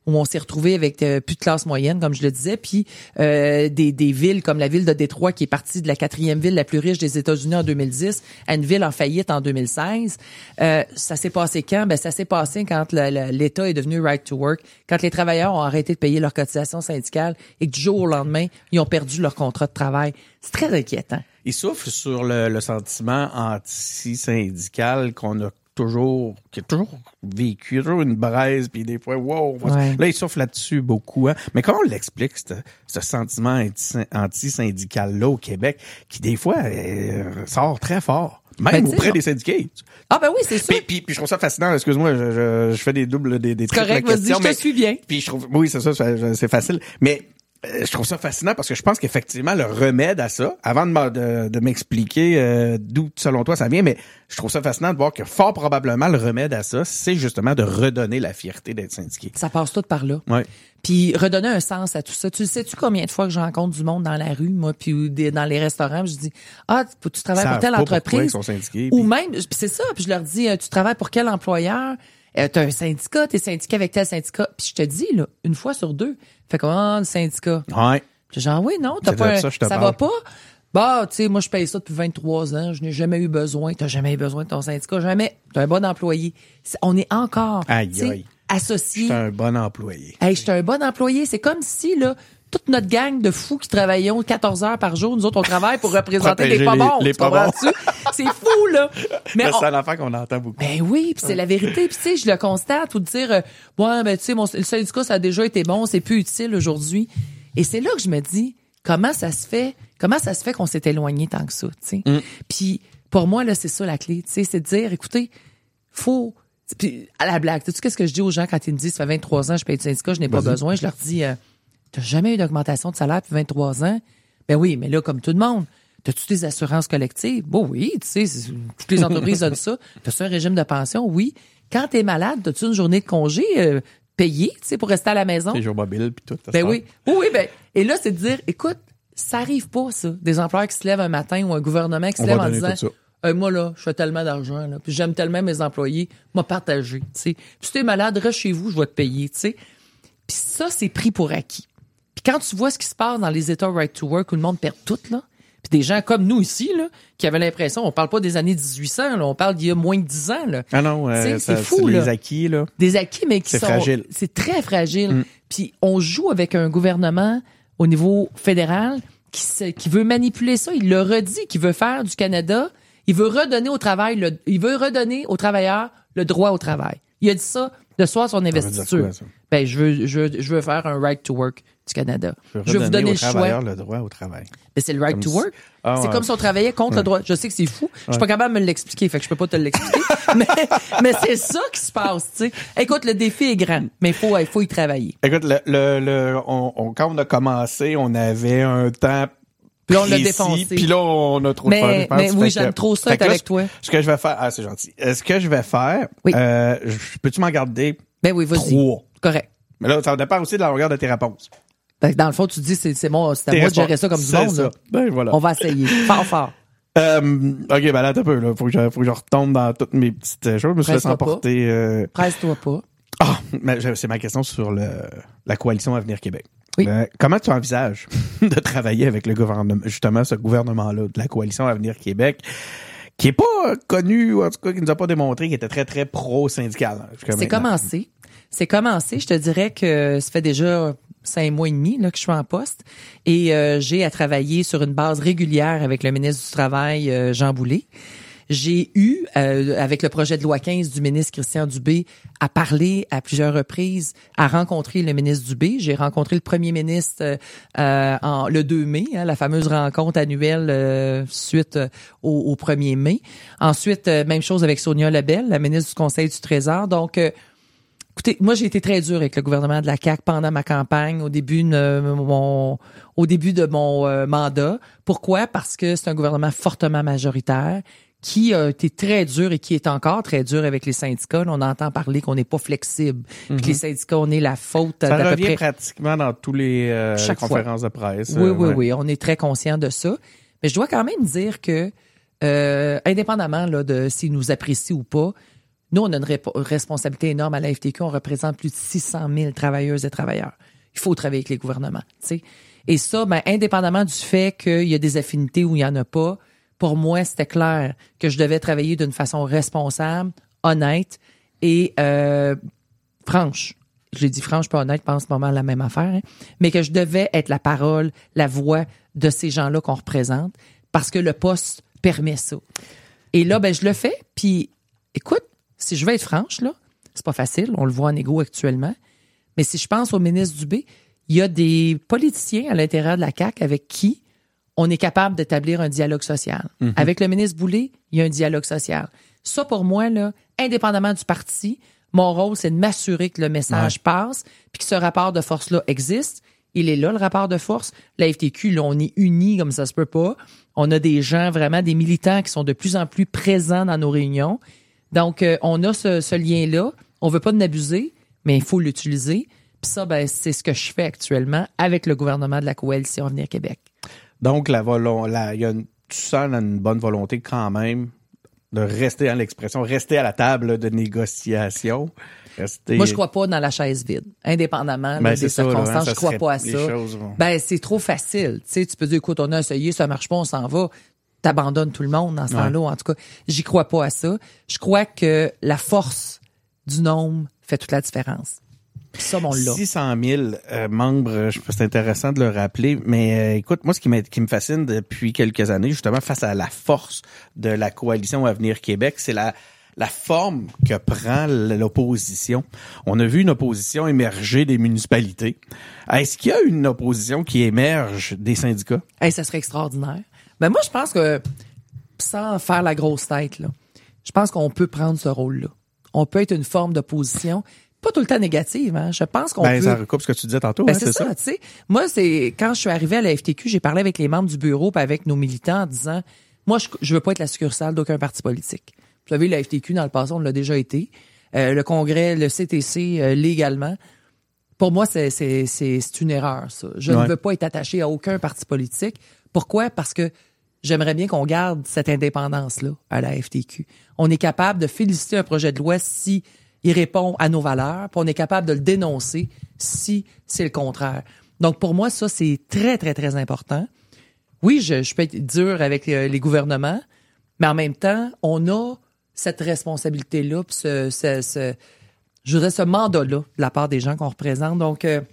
où on s'est retrouvé avec euh, plus de classe moyenne, comme je le disais, puis euh, des, des villes comme la ville de Détroit, qui est partie de la quatrième ville la plus riche des États-Unis en deux mille dix, à une ville en faillite en deux mille seize. Euh, ça s'est passé quand? Ben, ça s'est passé quand le, le, l'État est devenu right to work, quand les travailleurs ont arrêté de payer leurs cotisations syndicales et que du jour au lendemain, ils ont perdu leur contrat de travail. C'est très inquiétant. Il souffle sur le, le sentiment anti-syndical qu'on a toujours, qui a toujours vécu, toujours une braise, puis des fois, wow, Ouais. là, il souffle là-dessus beaucoup, hein. Mais comment on l'explique, ce, ce sentiment anti- anti-syndical-là au Québec, qui des fois euh, sort très fort, même Ben, auprès non. des syndiqués. Ah ben oui, c'est ça. Puis, puis, puis je trouve ça fascinant, excuse-moi, je, je, je fais des doubles, des, des C'est correct, triples vas-y, questions, je te mais- suis bien. Puis je trouve, oui, c'est ça, c'est c'est facile, mais euh, je trouve ça fascinant parce que je pense qu'effectivement le remède à ça, avant de, m'a- de, de m'expliquer euh, d'où selon toi ça vient, mais je trouve ça fascinant de voir que fort probablement le remède à ça, c'est justement de redonner la fierté d'être syndiqué. Ça passe tout par là. Ouais. Puis redonner un sens à tout ça. Tu sais-tu combien de fois que je rencontre du monde dans la rue, moi, puis ou des- dans les restaurants, puis je dis ah tu, tu travailles Ils pour savent telle pas pourquoi entreprise, ils sont syndiqués, ou puis- même puis c'est ça, puis je leur dis euh, tu travailles pour quel employeur, euh, t'as un syndicat, t'es syndiqué avec tel syndicat, puis je te dis là une fois sur deux, fait comme ah le syndicat, Ouais. puis genre oui non t'as C'est pas de un- ça, je te ça parle. va pas. Bah, tu sais, moi, je paye ça depuis vingt-trois ans. Je n'ai jamais eu besoin. T'as jamais eu besoin de ton syndicat. Jamais. T'es un bon employé. C'est- on est encore, Aïe, tu sais, aïe. associés. C'est un bon employé. Hey, j'étais un bon employé. C'est comme si, là, toute notre gang de fous qui travaillions quatorze heures par jour, nous autres, on travaille pour représenter les Protéger pas les- bons. les tu pas comprends-tu? C'est fou, là. Mais, Mais on- c'est un affaire qu'on entend beaucoup. ben oui, puis c'est la vérité. Puis tu sais, je le constate, ou de dire, euh, ouais, ben tu sais, mon le syndicat, ça a déjà été bon, c'est plus utile aujourd'hui. Et c'est là que je me dis, comment ça se fait, comment ça se fait qu'on s'est éloigné tant que ça, tu sais. Mm. Puis pour moi, là, c'est ça la clé, tu sais, c'est de dire, écoutez, faut... Puis à la blague, tu sais qu'est-ce que je dis aux gens quand ils me disent, ça fait vingt-trois ans, je paye du syndicat, je n'ai pas Vas-y. besoin. Je leur dis, euh, t'as jamais eu d'augmentation de salaire depuis vingt-trois ans? Ben oui, mais là, comme tout le monde, t'as-tu des assurances collectives? Bon, oui, tu sais, c'est- toutes les entreprises ont ça. T'as-tu un régime de pension? Oui. Quand t'es malade, t'as-tu une journée de congé euh, payée, tu sais, pour rester à la maison? Les jours mobiles puis tout. ça Ben se oui. Oui, oui, ben, et là, c'est de dire, écoute, ça arrive pas, ça. Des employeurs qui se lèvent un matin ou un gouvernement qui se On lève va en donner disant, tout ça. Euh, moi, là, je fais tellement d'argent, là, puis j'aime tellement mes employés, m'a partagé, tu sais. Puis si t'es malade, reste chez vous, je vais te payer, tu sais. Puis ça, c'est pris pour acquis. Puis quand tu vois ce qui se passe dans les États right to work où le monde perd tout, là, puis des gens comme nous ici, là, qui avaient l'impression, on parle pas des années dix-huit cents, là, on parle d'il y a moins de dix ans, là. Ah non, euh, Tu sais, ça- c'est fou, les là. acquis, là. Des acquis, mais qui C'est sont... fragile. C'est très fragile. Puis on joue avec un gouvernement au niveau fédéral qui, se- qui veut manipuler ça. Il le redit, qu'il veut faire du Canada. Il veut redonner au travail, le, il veut redonner aux travailleurs le droit au travail. Il a dit ça de soir son veut dire investiture. quoi, ça? Ben, je veux, je veux, je veux faire un right to work du Canada. Je veux vous redonner donner aux le choix. travailleurs le droit au travail. Ben, c'est le right Comme to si- work. Ah, c'est ouais. comme si on travaillait contre le droit. Je sais que c'est fou. Je suis pas capable de me l'expliquer, fait que je peux pas te l'expliquer. mais, mais c'est ça qui se passe, tu sais. Écoute, le défi est grand, mais il faut, il faut y travailler. Écoute, le, le, le- on, on- quand on a commencé, on avait un temps Puis là, on l'a précis, défoncé. Puis là, on a trop Mais- de faire, je pense. mais oui, Fait j'aime que- trop ça fait être que là, avec toi. Ce que je vais faire, ah, c'est gentil. Euh, Ce que je vais faire, Oui. euh, je- peux-tu m'en garder Ben oui, vas-y. trois? Correct. Mais là, ça dépend aussi de la longueur de tes réponses. Fait que dans le fond, tu dis, c'est, c'est moi, c'est à Tes moi de gérer réponses. ça comme du C'est monde, ça. là. Ben voilà. On va essayer. Fort, fort. Euh, ok, ben là, attends un peu, là. Faut que je, faut que je retombe dans toutes mes petites euh, choses. Je me suis fait Presse-toi pas. s'emporter, euh, Presse-toi pas. Ah, mais je- c'est ma question sur le, la coalition Avenir Québec. Oui. Euh, comment tu envisages de travailler avec le gouvernement, justement, ce gouvernement-là, de la coalition Avenir Québec, qui est pas connu, ou en tout cas, qui nous a pas démontré qu'il était très, très pro-syndical. hein, jusqu'à C'est maintenant. commencé. C'est commencé. Je te dirais que ça fait déjà cinq mois et demi là, que je suis en poste. Et euh, j'ai à travailler sur une base régulière avec le ministre du Travail, euh, Jean Boulet. J'ai eu, euh, avec le projet de loi quinze du ministre Christian Dubé, à parler à plusieurs reprises, à rencontrer le ministre Dubé. J'ai rencontré le premier ministre euh, en, le deux mai, hein, la fameuse rencontre annuelle euh, suite euh, au, au premier mai. Ensuite, euh, même chose avec Sonia Lebel, la ministre du Conseil du Trésor. Donc, euh, écoutez, moi, j'ai été très dur avec le gouvernement de la C A Q pendant ma campagne, au début de mon, au début de mon euh, mandat. Pourquoi? Parce que c'est un gouvernement fortement majoritaire qui a été très dur et qui est encore très dur avec les syndicats. Là, on entend parler qu'on n'est pas flexible, puis que les syndicats, on est la faute Ça d'à peu revient près pratiquement dans tous les euh, Chaque fois. conférences de presse. Oui, euh, oui, ouais. oui, on est très conscient de ça. Mais je dois quand même dire que, euh, indépendamment là, de s'ils nous apprécient ou pas, Nous, on a une rép- responsabilité énorme à la F T Q. On représente plus de six cent mille travailleuses et travailleurs. Il faut travailler avec les gouvernements, tu sais. Et ça, ben, indépendamment du fait qu'il y a des affinités ou il y en a pas, pour moi, c'était clair que je devais travailler d'une façon responsable, honnête et euh, franche. Je l'ai dit franche, pas honnête, pas en ce moment la même affaire, hein, mais que je devais être la parole, la voix de ces gens-là qu'on représente parce que le poste permet ça. Et là, ben, je le fais. Puis, écoute, si je veux être franche, là, c'est pas facile. On le voit en égo actuellement. Mais si je pense au ministre Dubé, il y a des politiciens à l'intérieur de la C A Q avec qui on est capable d'établir un dialogue social. Mm-hmm. Avec le ministre Boulay, il y a un dialogue social. Ça, pour moi, là, indépendamment du parti, mon rôle, c'est de m'assurer que le message ouais. passe puis que ce rapport de force-là existe. Il est là, le rapport de force. La F T Q, là, on est unis comme ça se peut pas. On a des gens, vraiment, des militants qui sont de plus en plus présents dans nos réunions. Donc, euh, on a ce, ce lien-là. On veut pas en abuser, mais il faut l'utiliser. Puis ça, ben, c'est ce que je fais actuellement avec le gouvernement de la Coalition Avenir Québec. Donc, la volo- la, y a une, tu sens une bonne volonté quand même de rester dans l'expression, rester à la table de négociation. Rester... Moi, je crois pas dans la chaise vide, indépendamment ben, là, des ça, circonstances. Là, hein, je crois pas à ça. Vont... Ben, c'est trop facile. Tu sais, tu peux dire, écoute, on a essayé, ça marche pas, on s'en va. T'abandonnes tout le monde dans ce ouais. temps-là. En tout cas, j'y crois pas à ça. Je crois que la force du nombre fait toute la différence. Ça, bon, là. six cent mille euh, membres, je pense que c'est intéressant de le rappeler, mais euh, écoute, moi, ce qui, qui me fascine depuis quelques années, justement, face à la force de la Coalition Avenir Québec, c'est la la forme que prend l'opposition. On a vu une opposition émerger des municipalités. Est-ce qu'il y a une opposition qui émerge des syndicats? Hey, ça serait extraordinaire. Ben moi, je pense que, sans faire la grosse tête, là, je pense qu'on peut prendre ce rôle-là. On peut être une forme d'opposition, pas tout le temps négative, hein. Je pense qu'on ben, peut... Ça recoupe ce que tu disais tantôt, ben, hein, c'est, c'est ça, ça. Tu sais. Moi, c'est quand je suis arrivée à la F T Q, j'ai parlé avec les membres du bureau puis avec nos militants en disant, moi, je, je veux pas être la succursale d'aucun parti politique. Vous savez, la F T Q, dans le passé, on l'a déjà été. Euh, le Congrès, le C T C, euh, légalement. Pour moi, c'est, c'est, c'est, c'est une erreur, ça. Je ouais. ne veux pas être attaché à aucun parti politique. Pourquoi? Parce que j'aimerais bien qu'on garde cette indépendance-là à la F T Q. On est capable de féliciter un projet de loi si il répond à nos valeurs, puis on est capable de le dénoncer si c'est le contraire. Donc, pour moi, ça, c'est très, très, très important. Oui, je, je peux être dur avec euh, les gouvernements, mais en même temps, on a cette responsabilité-là, puis ce, ce, ce, je dirais ce mandat-là de la part des gens qu'on représente. Donc, euh,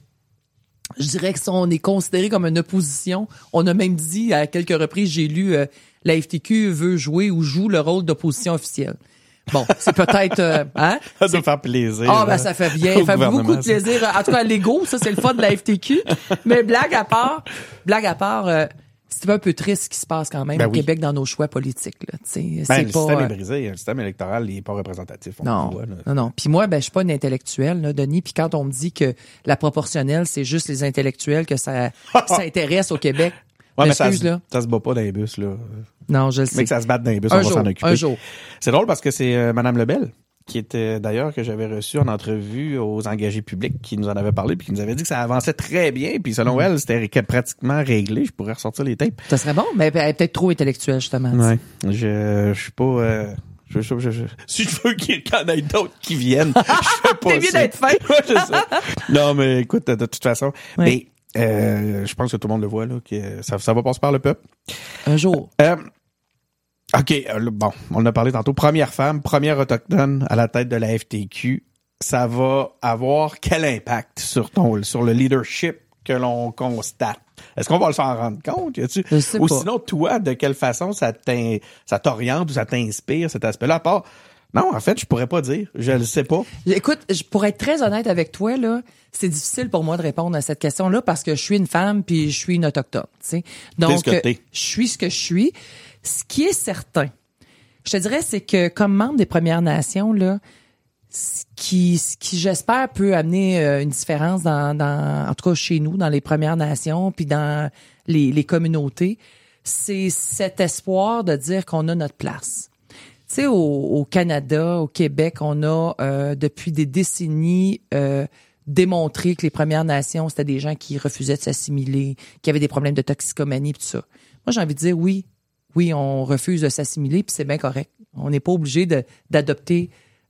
je dirais que si on est considéré comme une opposition, on a même dit à quelques reprises, j'ai lu, euh, la F T Q veut jouer ou joue le rôle d'opposition officielle. Bon, c'est peut-être... Euh, hein? Ça doit faire plaisir. Ah, ben ça fait bien. Ça fait beaucoup de plaisir. En tout cas, l'ego, ça, c'est le fun de la F T Q. Mais blague à part, blague à part... Euh, c'est un peu triste ce qui se passe quand même ben au oui. Québec dans nos choix politiques. Là. Ben, c'est le pas, système euh... est brisé. Le système électoral n'est pas représentatif. On non, voit, là. non, non. Puis moi, ben, je suis pas une intellectuelle, là, Denis. Puis quand on me dit que la proportionnelle, c'est juste les intellectuels que ça, ça intéresse au Québec, ouais, mais ça, là. ça se bat pas dans les bus. Là. Non, je le sais. Mais que ça se batte dans les bus, un on jour, va s'en occuper. Un jour. C'est drôle parce que c'est euh, Mme Lebel, qui était d'ailleurs que j'avais reçu en entrevue aux engagés publics, qui nous en avait parlé puis qui nous avait dit que ça avançait très bien, puis selon mmh. elle, c'était pratiquement réglé. Je pourrais ressortir les tapes. Ça serait bon, mais elle est peut-être trop intellectuelle, justement. Ouais. Je, je suis pas... Euh, je, je, je, je, si je veux qu'il y en ait d'autres qui viennent, je fais pas T'es mieux d'être fin. Ouais, c'est ça. Non, mais écoute, de, de toute façon... Oui. Mais euh, je pense que tout le monde le voit, là, que ça, ça va passer par le peuple. Un jour. Euh, OK, euh, bon, on en a parlé tantôt. Première femme, première autochtone à la tête de la F T Q. Ça va avoir quel impact sur ton, sur le leadership que l'on constate? Est-ce qu'on va s'en rendre compte? Y-tu? Je sais ou pas. Sinon, toi, de quelle façon ça, ça t'oriente ou ça t'inspire cet aspect-là? À part, non, en fait, je pourrais pas dire. Je le sais pas. Écoute, je pourrais être très honnête avec toi, là. C'est difficile pour moi de répondre à cette question-là parce que je suis une femme puis je suis une autochtone, tu sais. Donc, t'es ce que t'es. je suis ce que je suis. Ce qui est certain, je te dirais, c'est que comme membre des Premières Nations, là, ce qui, ce qui j'espère peut amener euh, une différence dans, dans, en tout cas chez nous, dans les Premières Nations, puis dans les, les communautés, c'est cet espoir de dire qu'on a notre place. Tu sais, au, au Canada, au Québec, on a euh, depuis des décennies euh, démontré que les Premières Nations, c'était des gens qui refusaient de s'assimiler, qui avaient des problèmes de toxicomanie, puis tout ça. Moi, j'ai envie de dire oui. Oui, on refuse de s'assimiler, puis c'est bien correct. On n'est pas obligé de, d'adopter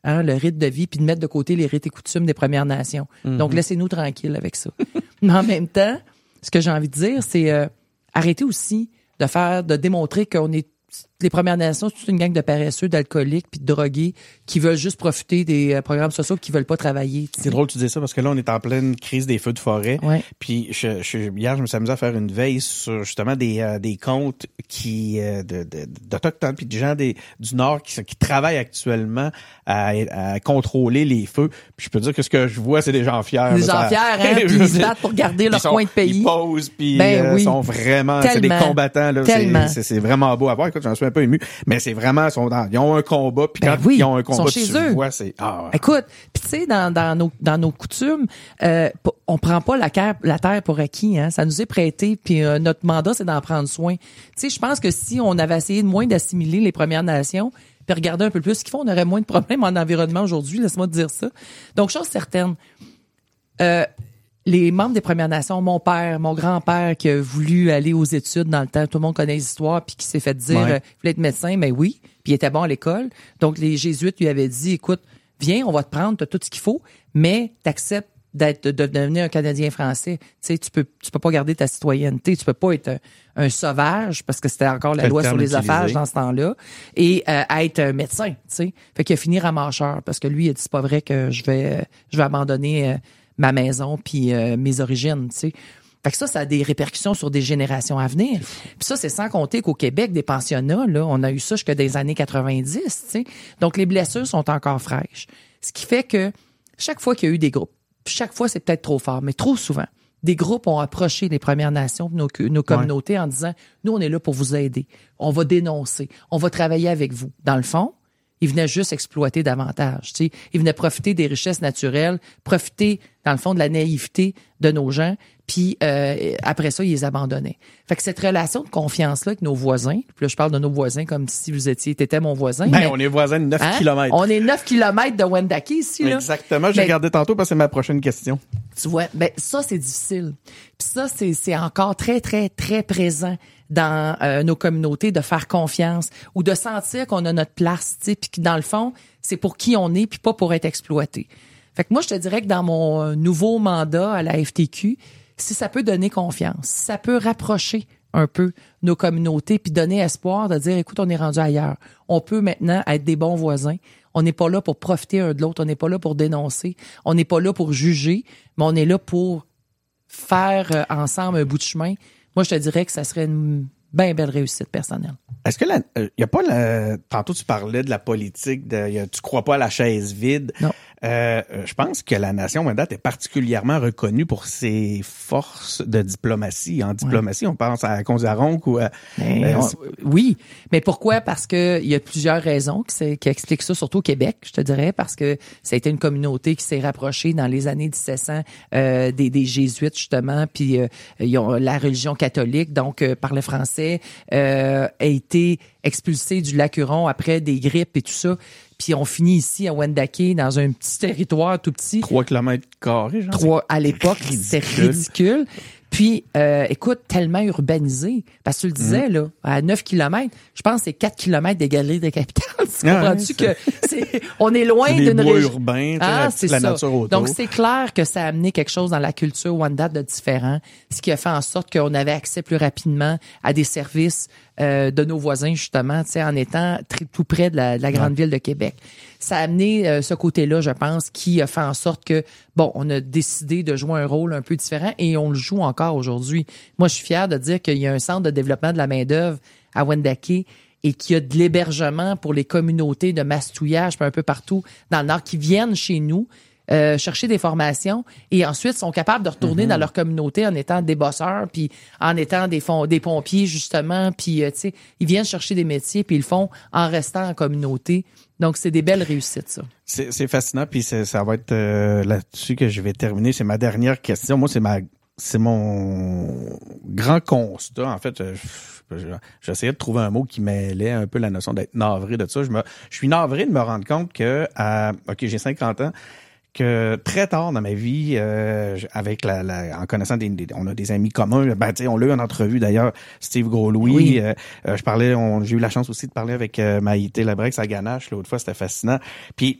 hein, le rite de vie, puis de mettre de côté les rites et coutumes des Premières Nations. Mm-hmm. Donc, laissez-nous tranquilles avec ça. Mais en même temps, ce que j'ai envie de dire, c'est euh, arrêtez aussi de faire, de démontrer qu'on est les Premières Nations, c'est toute une gang de paresseux, d'alcooliques puis de drogués qui veulent juste profiter des euh, programmes sociaux qui veulent pas travailler. T'sais. C'est drôle que tu dis ça parce que là, on est en pleine crise des feux de forêt. Ouais. Puis je, je, hier, je me suis amusé à faire une veille sur justement des, euh, des comptes qui euh, de, de, d'Autochtones puis de gens des, du Nord qui, qui travaillent actuellement à, à contrôler les feux. Puis je peux dire que ce que je vois, c'est des gens fiers. Des là, gens ça... fiers, hein, puis ils se battent pour garder leur sont, coin de pays. Ils posent, puis ben euh, oui. sont vraiment... Tellement. C'est des combattants. Là, Tellement. C'est, c'est, c'est vraiment beau à voir. Écoute, j'en suis un peu ému. Mais c'est vraiment... Ils, sont dans, ils ont un combat, puis ben quand oui, ils ont un combat, tu eux. vois, c'est... Ah, ouais. Écoute, puis tu sais, dans, dans, nos, dans nos coutumes, euh, on prend pas la, terre, la terre pour acquis. Hein? Ça nous est prêté, puis euh, notre mandat, c'est d'en prendre soin. Tu sais, je pense que si on avait essayé de moins d'assimiler les Premières Nations, puis regarder un peu plus ce qu'ils font, on aurait moins de problèmes en environnement aujourd'hui, laisse-moi te dire ça. Donc, chose certaine, euh, les membres des Premières Nations, mon père, mon grand-père qui a voulu aller aux études dans le temps, tout le monde connaît les histoires, puis qui s'est fait dire, ouais. euh, il voulait être médecin, mais oui, puis il était bon à l'école. Donc, les jésuites lui avaient dit, écoute, viens, on va te prendre, t'as tout ce qu'il faut, mais t'acceptes d'être, de devenir un Canadien français. Tu sais, tu peux, tu peux pas garder ta citoyenneté, tu peux pas être un, un sauvage, parce que c'était encore la Quel loi sur les utilisé. affaires dans ce temps-là, et euh, être un médecin, tu sais. Fait qu'il a fini ramasseur, parce que lui, il a dit, c'est pas vrai que je vais, euh, je vais abandonner euh, ma maison puis euh, mes origines, tu sais. Fait que ça, ça a des répercussions sur des générations à venir. Puis ça, c'est sans compter qu'au Québec, des pensionnats, là, on a eu ça jusque des années quatre-vingt-dix, tu sais. Donc, les blessures sont encore fraîches. Ce qui fait que chaque fois qu'il y a eu des groupes, chaque fois, c'est peut-être trop fort, mais trop souvent, des groupes ont approché les Premières Nations, nos, nos communautés, ouais. en disant, nous, on est là pour vous aider. On va dénoncer. On va travailler avec vous. Dans le fond, ils venaient juste exploiter davantage. Tu sais. Ils venaient profiter des richesses naturelles, profiter, dans le fond, de la naïveté de nos gens, puis euh, après ça, ils les abandonnaient. Fait que cette relation de confiance-là avec nos voisins, puis là, je parle de nos voisins comme si vous étiez, t'étais mon voisin. Ben, mais, on est voisins de neuf hein? kilomètres. On est neuf kilomètres de Wendake ici, là. Exactement, j'ai regardé tantôt parce que c'est ma prochaine question. Tu vois, ben ça, c'est difficile. Puis ça, c'est, c'est encore très, très, très présent dans euh, nos communautés, de faire confiance ou de sentir qu'on a notre place, tu sais, puis que dans le fond, c'est pour qui on est, puis pas pour être exploité. Fait que moi, je te dirais que dans mon nouveau mandat à la F T Q, si ça peut donner confiance, si ça peut rapprocher un peu nos communautés, puis donner espoir de dire, écoute, on est rendu ailleurs. On peut maintenant être des bons voisins. On n'est pas là pour profiter un de l'autre. On n'est pas là pour dénoncer. On n'est pas là pour juger, mais on est là pour faire euh, ensemble un bout de chemin. Moi, je te dirais que ça serait une bien belle réussite personnelle. Est-ce que la, euh, y a pas la, tantôt tu parlais de la politique, de, y a, tu crois pas à la chaise vide. Non. Euh, je pense que la nation Wendat est particulièrement reconnue pour ses forces de diplomatie. En diplomatie, ouais. on pense à Konzaronk ou à... Mais euh, on, oui, mais pourquoi? Parce que il y a plusieurs raisons qui, qui expliquent ça, surtout au Québec, je te dirais, parce que ça a été une communauté qui s'est rapprochée dans les années dix-sept cents euh, des, des jésuites, justement, puis euh, ils ont la religion catholique, donc euh, parlait français, euh, a été expulsé du lac Huron après des grippes et tout ça. Puis on finit ici à Wendake, dans un petit territoire tout petit. Trois kilomètres carrés, genre. Trois, à l'époque, c'était ridicule. Puis, euh, écoute, tellement urbanisé. Parce que tu le disais, mmh. là, à neuf kilomètres, je pense que c'est quatre kilomètres des galeries de capitale. Tu ah, comprends-tu ouais, que c'est, on est loin c'est d'une région urbain, ah, la, c'est la ça. nature autour. Donc, c'est clair que ça a amené quelque chose dans la culture Wendat de différent, ce qui a fait en sorte qu'on avait accès plus rapidement à des services euh, de nos voisins, justement, tu sais, en étant très, tout près de la, de la grande ouais. ville de Québec. Ça a amené euh, ce côté-là, je pense, qui a fait en sorte que, bon, on a décidé de jouer un rôle un peu différent et on le joue encore aujourd'hui. Moi, je suis fier de dire qu'il y a un centre de développement de la main-d'œuvre à Wendake et qu'il y a de l'hébergement pour les communautés de mastouillage un peu partout dans le Nord qui viennent chez nous euh, chercher des formations et ensuite sont capables de retourner mm-hmm. dans leur communauté en étant des bosseurs puis en étant des, fond- des pompiers, justement. Puis, euh, tu sais, ils viennent chercher des métiers puis ils le font en restant en communauté. Donc, c'est des belles réussites, ça. C'est, c'est fascinant, puis c'est, ça va être euh, là-dessus que je vais terminer. C'est ma dernière question. Moi, c'est ma, c'est mon grand constat. En fait, je, j'essayais de trouver un mot qui mêlait un peu la notion d'être navré de ça. Je me, je suis navré de me rendre compte que, à, ok, j'ai cinquante ans, que très tard dans ma vie, euh, avec la, la en connaissant des, des, on a des amis communs, ben tu sais, on l'a eu en entrevue d'ailleurs, Steve Gros-Louis. Oui. Euh, je parlais, on, j'ai eu la chance aussi de parler avec euh, Maïté Labrex à Ganache l'autre fois, c'était fascinant. Puis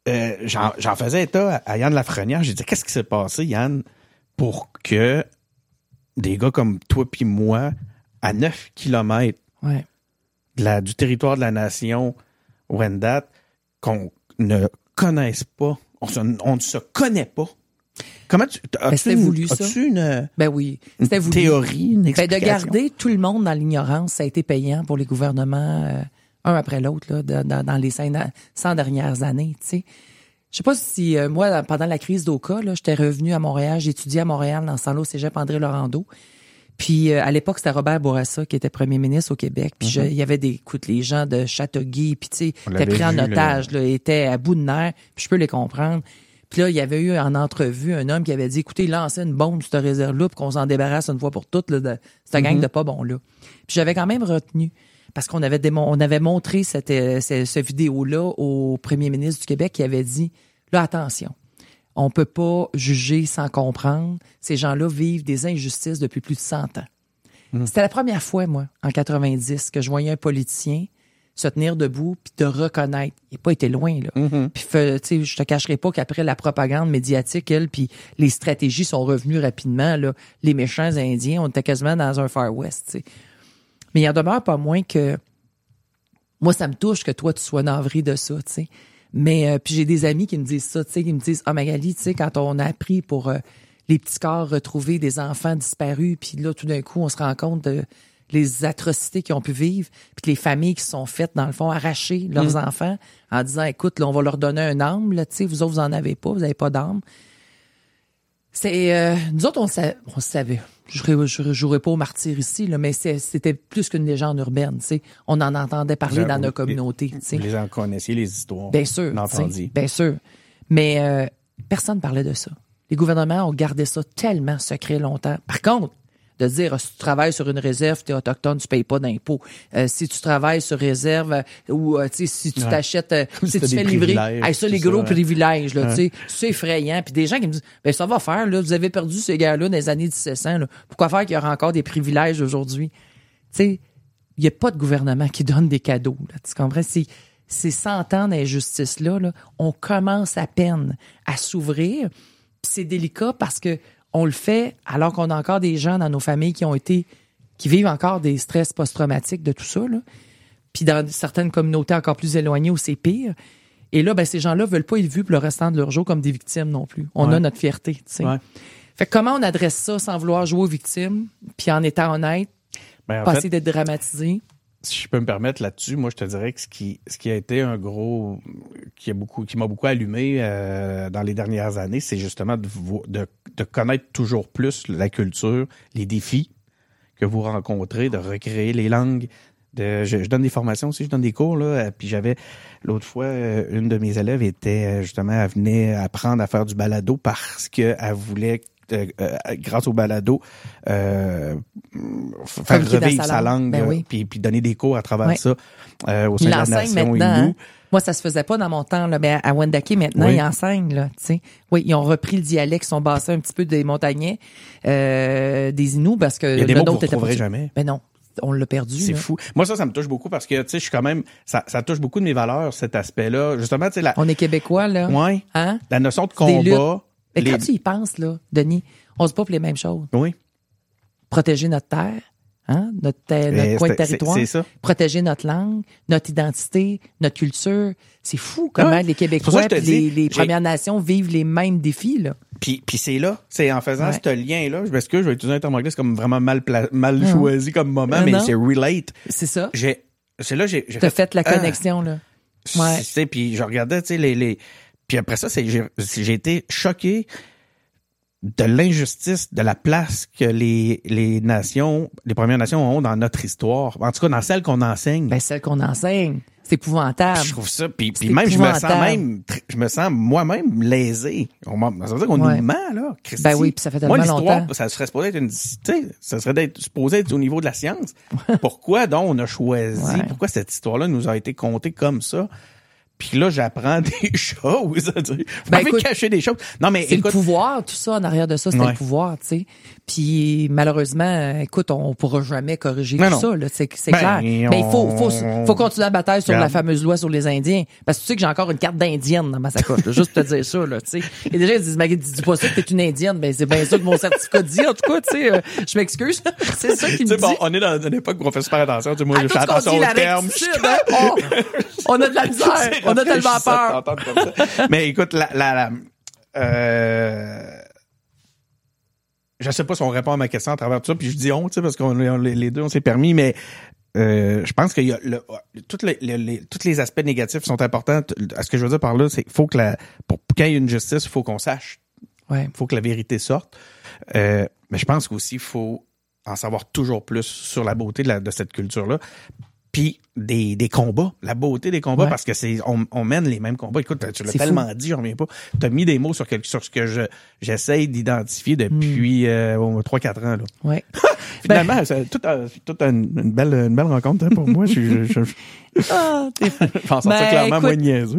euh, j'en, j'en faisais état à Yann Lafrenière. J'ai dit, qu'est-ce qui s'est passé, Yann, pour que des gars comme toi puis moi, à neuf kilomètres ouais. de la, du territoire de la nation Wendat, qu'on ne connaisse pas, on, se, on ne se connaît pas. Comment tu as-tu ben, c'était une, voulu, ça. as-tu une, ben oui, c'était une voulu. théorie, une Ben, explication? de garder tout le monde dans l'ignorance, ça a été payant pour les gouvernements, euh, un après l'autre, là, de, dans, dans les cent dernières années, tu sais. Je sais pas si, euh, moi, pendant la crise d'Oka, là, j'étais revenu à Montréal, j'étudiais à Montréal dans ce temps-là au cégep André Laurando. Puis, euh, à l'époque, c'était Robert Bourassa qui était premier ministre au Québec. Puis, mm-hmm. il y avait des, écoute, les gens de Châteauguay, puis tu sais, étaient pris en otage, là, étaient à bout de nerfs, puis je peux les comprendre. Puis là, il y avait eu en entrevue un homme qui avait dit, écoutez, lancez une bombe sur cette réserve-là pour qu'on s'en débarrasse une fois pour toutes, là, de cette mm-hmm. gang de pas bons là. Puis j'avais quand même retenu, parce qu'on avait démon- on avait montré cette, cette, cette vidéo-là au premier ministre du Québec qui avait dit, là, attention, on peut pas juger sans comprendre. Ces gens-là vivent des injustices depuis plus de cent ans. Mm. C'était la première fois, moi, en quatre-vingt-dix, que je voyais un politicien se tenir debout puis de reconnaître. Il n'a pas été loin, là. Mm-hmm. Puis, tu sais, je te cacherai pas qu'après la propagande médiatique, elle, puis les stratégies sont revenues rapidement, là. Les méchants Indiens, on était quasiment dans un Far West, tu sais. Mais il en demeure pas moins que moi, ça me touche que toi, tu sois navré de ça, tu sais. Mais euh, puis j'ai des amis qui me disent ça, tu sais, qui me disent « Ah, Magali, tu sais, quand on a appris pour euh, les petits corps retrouvés des enfants disparus, puis là, tout d'un coup, on se rend compte de les atrocités qu'ils ont pu vivre, puis les familles qui se sont faites, dans le fond, arracher leurs mmh. enfants en disant « Écoute, là, on va leur donner un âme, là, tu sais, vous autres, vous en avez pas, vous avez pas d'âme. » C'est euh, nous autres, on, sa- on savait. Je ne jouerai pas au martyr ici, là, mais c'est, c'était plus qu'une légende urbaine. T'sais. On en entendait parler Vous, dans nos communautés. T'sais. Vous les en connaissiez, les histoires. Bien sûr. Bien sûr. Mais euh, personne ne parlait de ça. Les gouvernements ont gardé ça tellement secret longtemps. Par contre, de dire, oh, si tu travailles sur une réserve, tu es autochtone, tu payes pas d'impôts. Euh, si tu travailles sur réserve, euh, ou euh, si tu ouais. t'achètes, euh, si tu fais livrer, hey, ça, les gros ça, privilèges, là, ouais. c'est effrayant. Puis des gens qui me disent, ben ça va faire, là, vous avez perdu ces gars-là dans les années dix-sept cents, là. Pourquoi faire qu'il y aura encore des privilèges aujourd'hui? Tu sais, il n'y a pas de gouvernement qui donne des cadeaux, là. Tu comprends? C'est, ces cent ans d'injustice-là, là, on commence à peine à s'ouvrir. Puis c'est délicat parce que on le fait alors qu'on a encore des gens dans nos familles qui ont été, qui vivent encore des stress post-traumatiques de tout ça, là. Puis dans certaines communautés encore plus éloignées où c'est pire. Et là, ben, ces gens-là veulent pas être vus pour le restant de leur jour comme des victimes non plus. On ouais. a notre fierté, tu sais. Ouais. Fait que comment on adresse ça sans vouloir jouer aux victimes, puis en étant honnête, ben, en pas essayer d'être dramatisé? Si je peux me permettre là-dessus, moi, je te dirais que ce qui, ce qui a été un gros, qui a beaucoup, qui m'a beaucoup allumé euh, dans les dernières années, c'est justement de, de, de connaître toujours plus la culture, les défis que vous rencontrez, de recréer les langues. De, je, je donne des formations aussi, je donne des cours, là. Puis j'avais, l'autre fois, une de mes élèves était, justement, elle venait apprendre à faire du balado parce qu'elle voulait Euh, euh, grâce au balado, euh, faire revivre sa langue, ben oui. puis, puis donner des cours à travers oui. ça euh, au sein il de la nation Inou. Hein? Moi, ça se faisait pas dans mon temps, là, mais à Wendake, maintenant, oui. ils enseignent, là, tu sais. Oui, ils ont repris le dialecte, ils sont bassés un petit peu des montagnais, euh, des Inuits, parce que il y a des mots que vous ne retrouverez jamais. Ben non. On l'a perdu. C'est là. fou. Moi, ça, ça me touche beaucoup parce que, tu sais, je suis quand même, ça, ça touche beaucoup de mes valeurs, cet aspect-là. Justement, tu sais, la. On est Québécois, là. Ouais. Hein? La notion de combat. Mais les... quand tu y penses, là, Denis, on se bat pour les mêmes choses. Oui. Protéger notre terre, hein, notre, ter- notre coin de territoire. C'est, c'est ça. Protéger notre langue, notre identité, notre culture. C'est fou comment ouais. les Québécois et les, les Premières Nations vivent les mêmes défis, là. Puis, puis c'est là, c'est en faisant ouais. ce lien-là, je m'excuse, je vais utiliser un terme anglais, c'est comme vraiment mal, pla- mal mmh. choisi comme moment, mais, mais c'est relate. C'est ça. J'ai, c'est là, j'ai, j'ai T'as fait, fait la ah, connexion, là. Ouais. Tu sais, puis je regardais, tu sais, les, les, puis après ça, c'est, j'ai, j'ai été choqué de l'injustice, de la place que les, les nations, les Premières Nations ont dans notre histoire. En tout cas, dans celle qu'on enseigne. Ben, celle qu'on enseigne. C'est épouvantable. Je trouve ça, puis, puis même, je me sens même, je me sens moi-même lésé. On, ça veut dire qu'on ouais. nous ment, là, Christy. Ben oui, puis ça fait tellement moi, l'histoire, longtemps. Ça serait supposé être une, tu sais, ça serait d'être, supposé être au niveau de la science. Pourquoi donc on a choisi, ouais. pourquoi cette histoire-là nous a été contée comme ça? Puis là, j'apprends des choses. Tu sais. Ben, Pas écoute, cacher des choses. Non, mais c'est écoute, le pouvoir, tout ça en arrière de ça, c'est Ouais. le pouvoir, tu sais. Puis malheureusement, écoute, on pourra jamais corriger Mais tout non. ça, là, c'est, c'est Ben, clair. Mais il faut, faut, on- faut continuer la bataille sur Regarde. la fameuse loi sur les Indiens. Parce que tu sais que j'ai encore une carte d'indienne dans ma sacoche, là, juste pour te dire ça, là, tu sais. Et déjà, ils disent, Maggie, dis pas ça que t'es une indienne. Ben, c'est bien ça que mon certificat dit, en tout cas, tu sais, euh, je m'excuse. C'est ça qui tu me sais, dit. bon, on est dans une époque où on fait super attention. Tu sais, moi, À je tout fais ce qu'on attention dit, aux la termes. rectitude, hein, on, on a de la misère. C'est On a tellement rafraîchissant de peur. t'entendre comme ça. Mais écoute, la, la, la euh, je sais pas si on répond à ma question à travers tout ça, puis je dis on, tu sais, parce qu'on on- les deux, on s'est permis, mais euh, je pense qu'il y a le, toutes les, les, les- tous les aspects négatifs sont importants. À ce que je veux dire par là, c'est qu'il faut que la, pour qu'il y ait une justice, il faut qu'on sache, Ouais. il faut que la vérité sorte. Euh, mais je pense qu'aussi, il faut en savoir toujours plus sur la beauté de, la, de cette culture-là. Puis des, des combats, la beauté des combats, Ouais. parce que c'est on, on mène les mêmes combats. Écoute, tu l'as C'est tellement dit, j'en reviens pas. Tu as mis des mots sur, quelque, sur ce que je j'essaye d'identifier depuis euh, au moins trois quatre ans. Là. Ouais. Finalement, c'est tout, un- tout un- une, belle, une belle rencontre hein, pour moi. Je, je, je, je Ah, t'es pense en ça Ben, clairement écoute- moins niaiseux.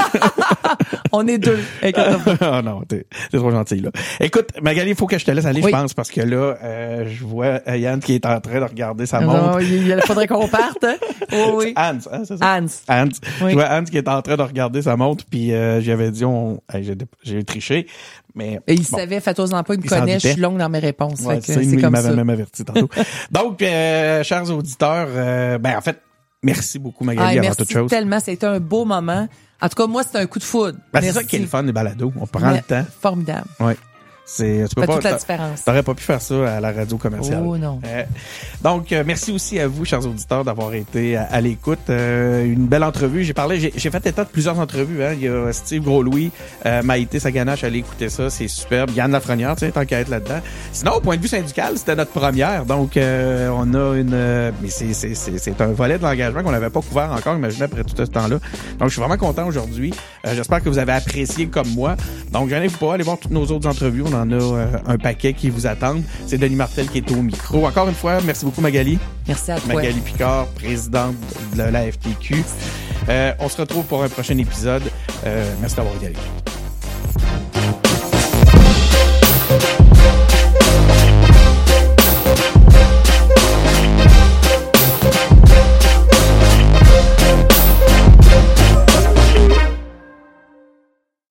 On est deux. Écoute, Ah non, t'es, t'es trop gentil, là. Écoute, Magali, il faut que je te laisse aller, Oui. je pense, parce que là, euh, je vois euh, Yann qui est en train de regarder sa montre. non, il il faudrait qu'on parte. Hein? Oh, oui. Hans, hein, c'est ça? Hans. Hans. Oui. Je vois Hans qui est en train de regarder sa montre, puis euh, j'avais dit, on, hey, j'ai, j'ai triché, mais... Et il bon. savait, fais-toi-en pas, il me Il s'en connaît, je doutait. suis longue dans mes réponses. Ouais, fait que c'est ça, c'est il comme m'avait ça. même averti tantôt. Donc, euh, chers auditeurs, euh, ben en fait, merci beaucoup Magali Ah, avant merci toute chose. tellement, c'était un beau moment. En tout cas, moi, c'était un coup de foudre. Ben, c'est Merci. ça qui est le fun des balados, on prend Mais- le temps. Formidable. Ouais. C'est, tu peux Fait pas, toute la t'a- différence. T'aurais pas pu faire ça à la radio commerciale. Oh, non. Euh, donc, euh, merci aussi à vous, chers auditeurs, d'avoir été à, à l'écoute. Euh, une belle entrevue. J'ai parlé, j'ai, j'ai fait état de plusieurs entrevues. Hein. Il y a Steve Gros-Louis, euh, Maïté Saganache, allez écouter ça, c'est superbe. Yann Lafrenière, tu sais, tant qu'à être là-dedans. Sinon, au point de vue syndical, c'était notre première. Donc, euh, on a une... euh, mais c'est, c'est, c'est, c'est un volet de l'engagement qu'on n'avait pas couvert encore, imaginez, après tout ce temps-là. Donc, je suis vraiment content aujourd'hui. Euh, j'espère que vous avez apprécié comme moi. Donc, gênez-vous pas, allez voir toutes nos autres entrevues. On en a euh, un paquet qui vous attendent. C'est Denis Martel qui est au micro. Encore une fois, merci beaucoup Magali. Merci à toi. Magali Picard, présidente de la F T Q. Euh, on se retrouve pour un prochain épisode. Euh, merci d'avoir été à l'écoute.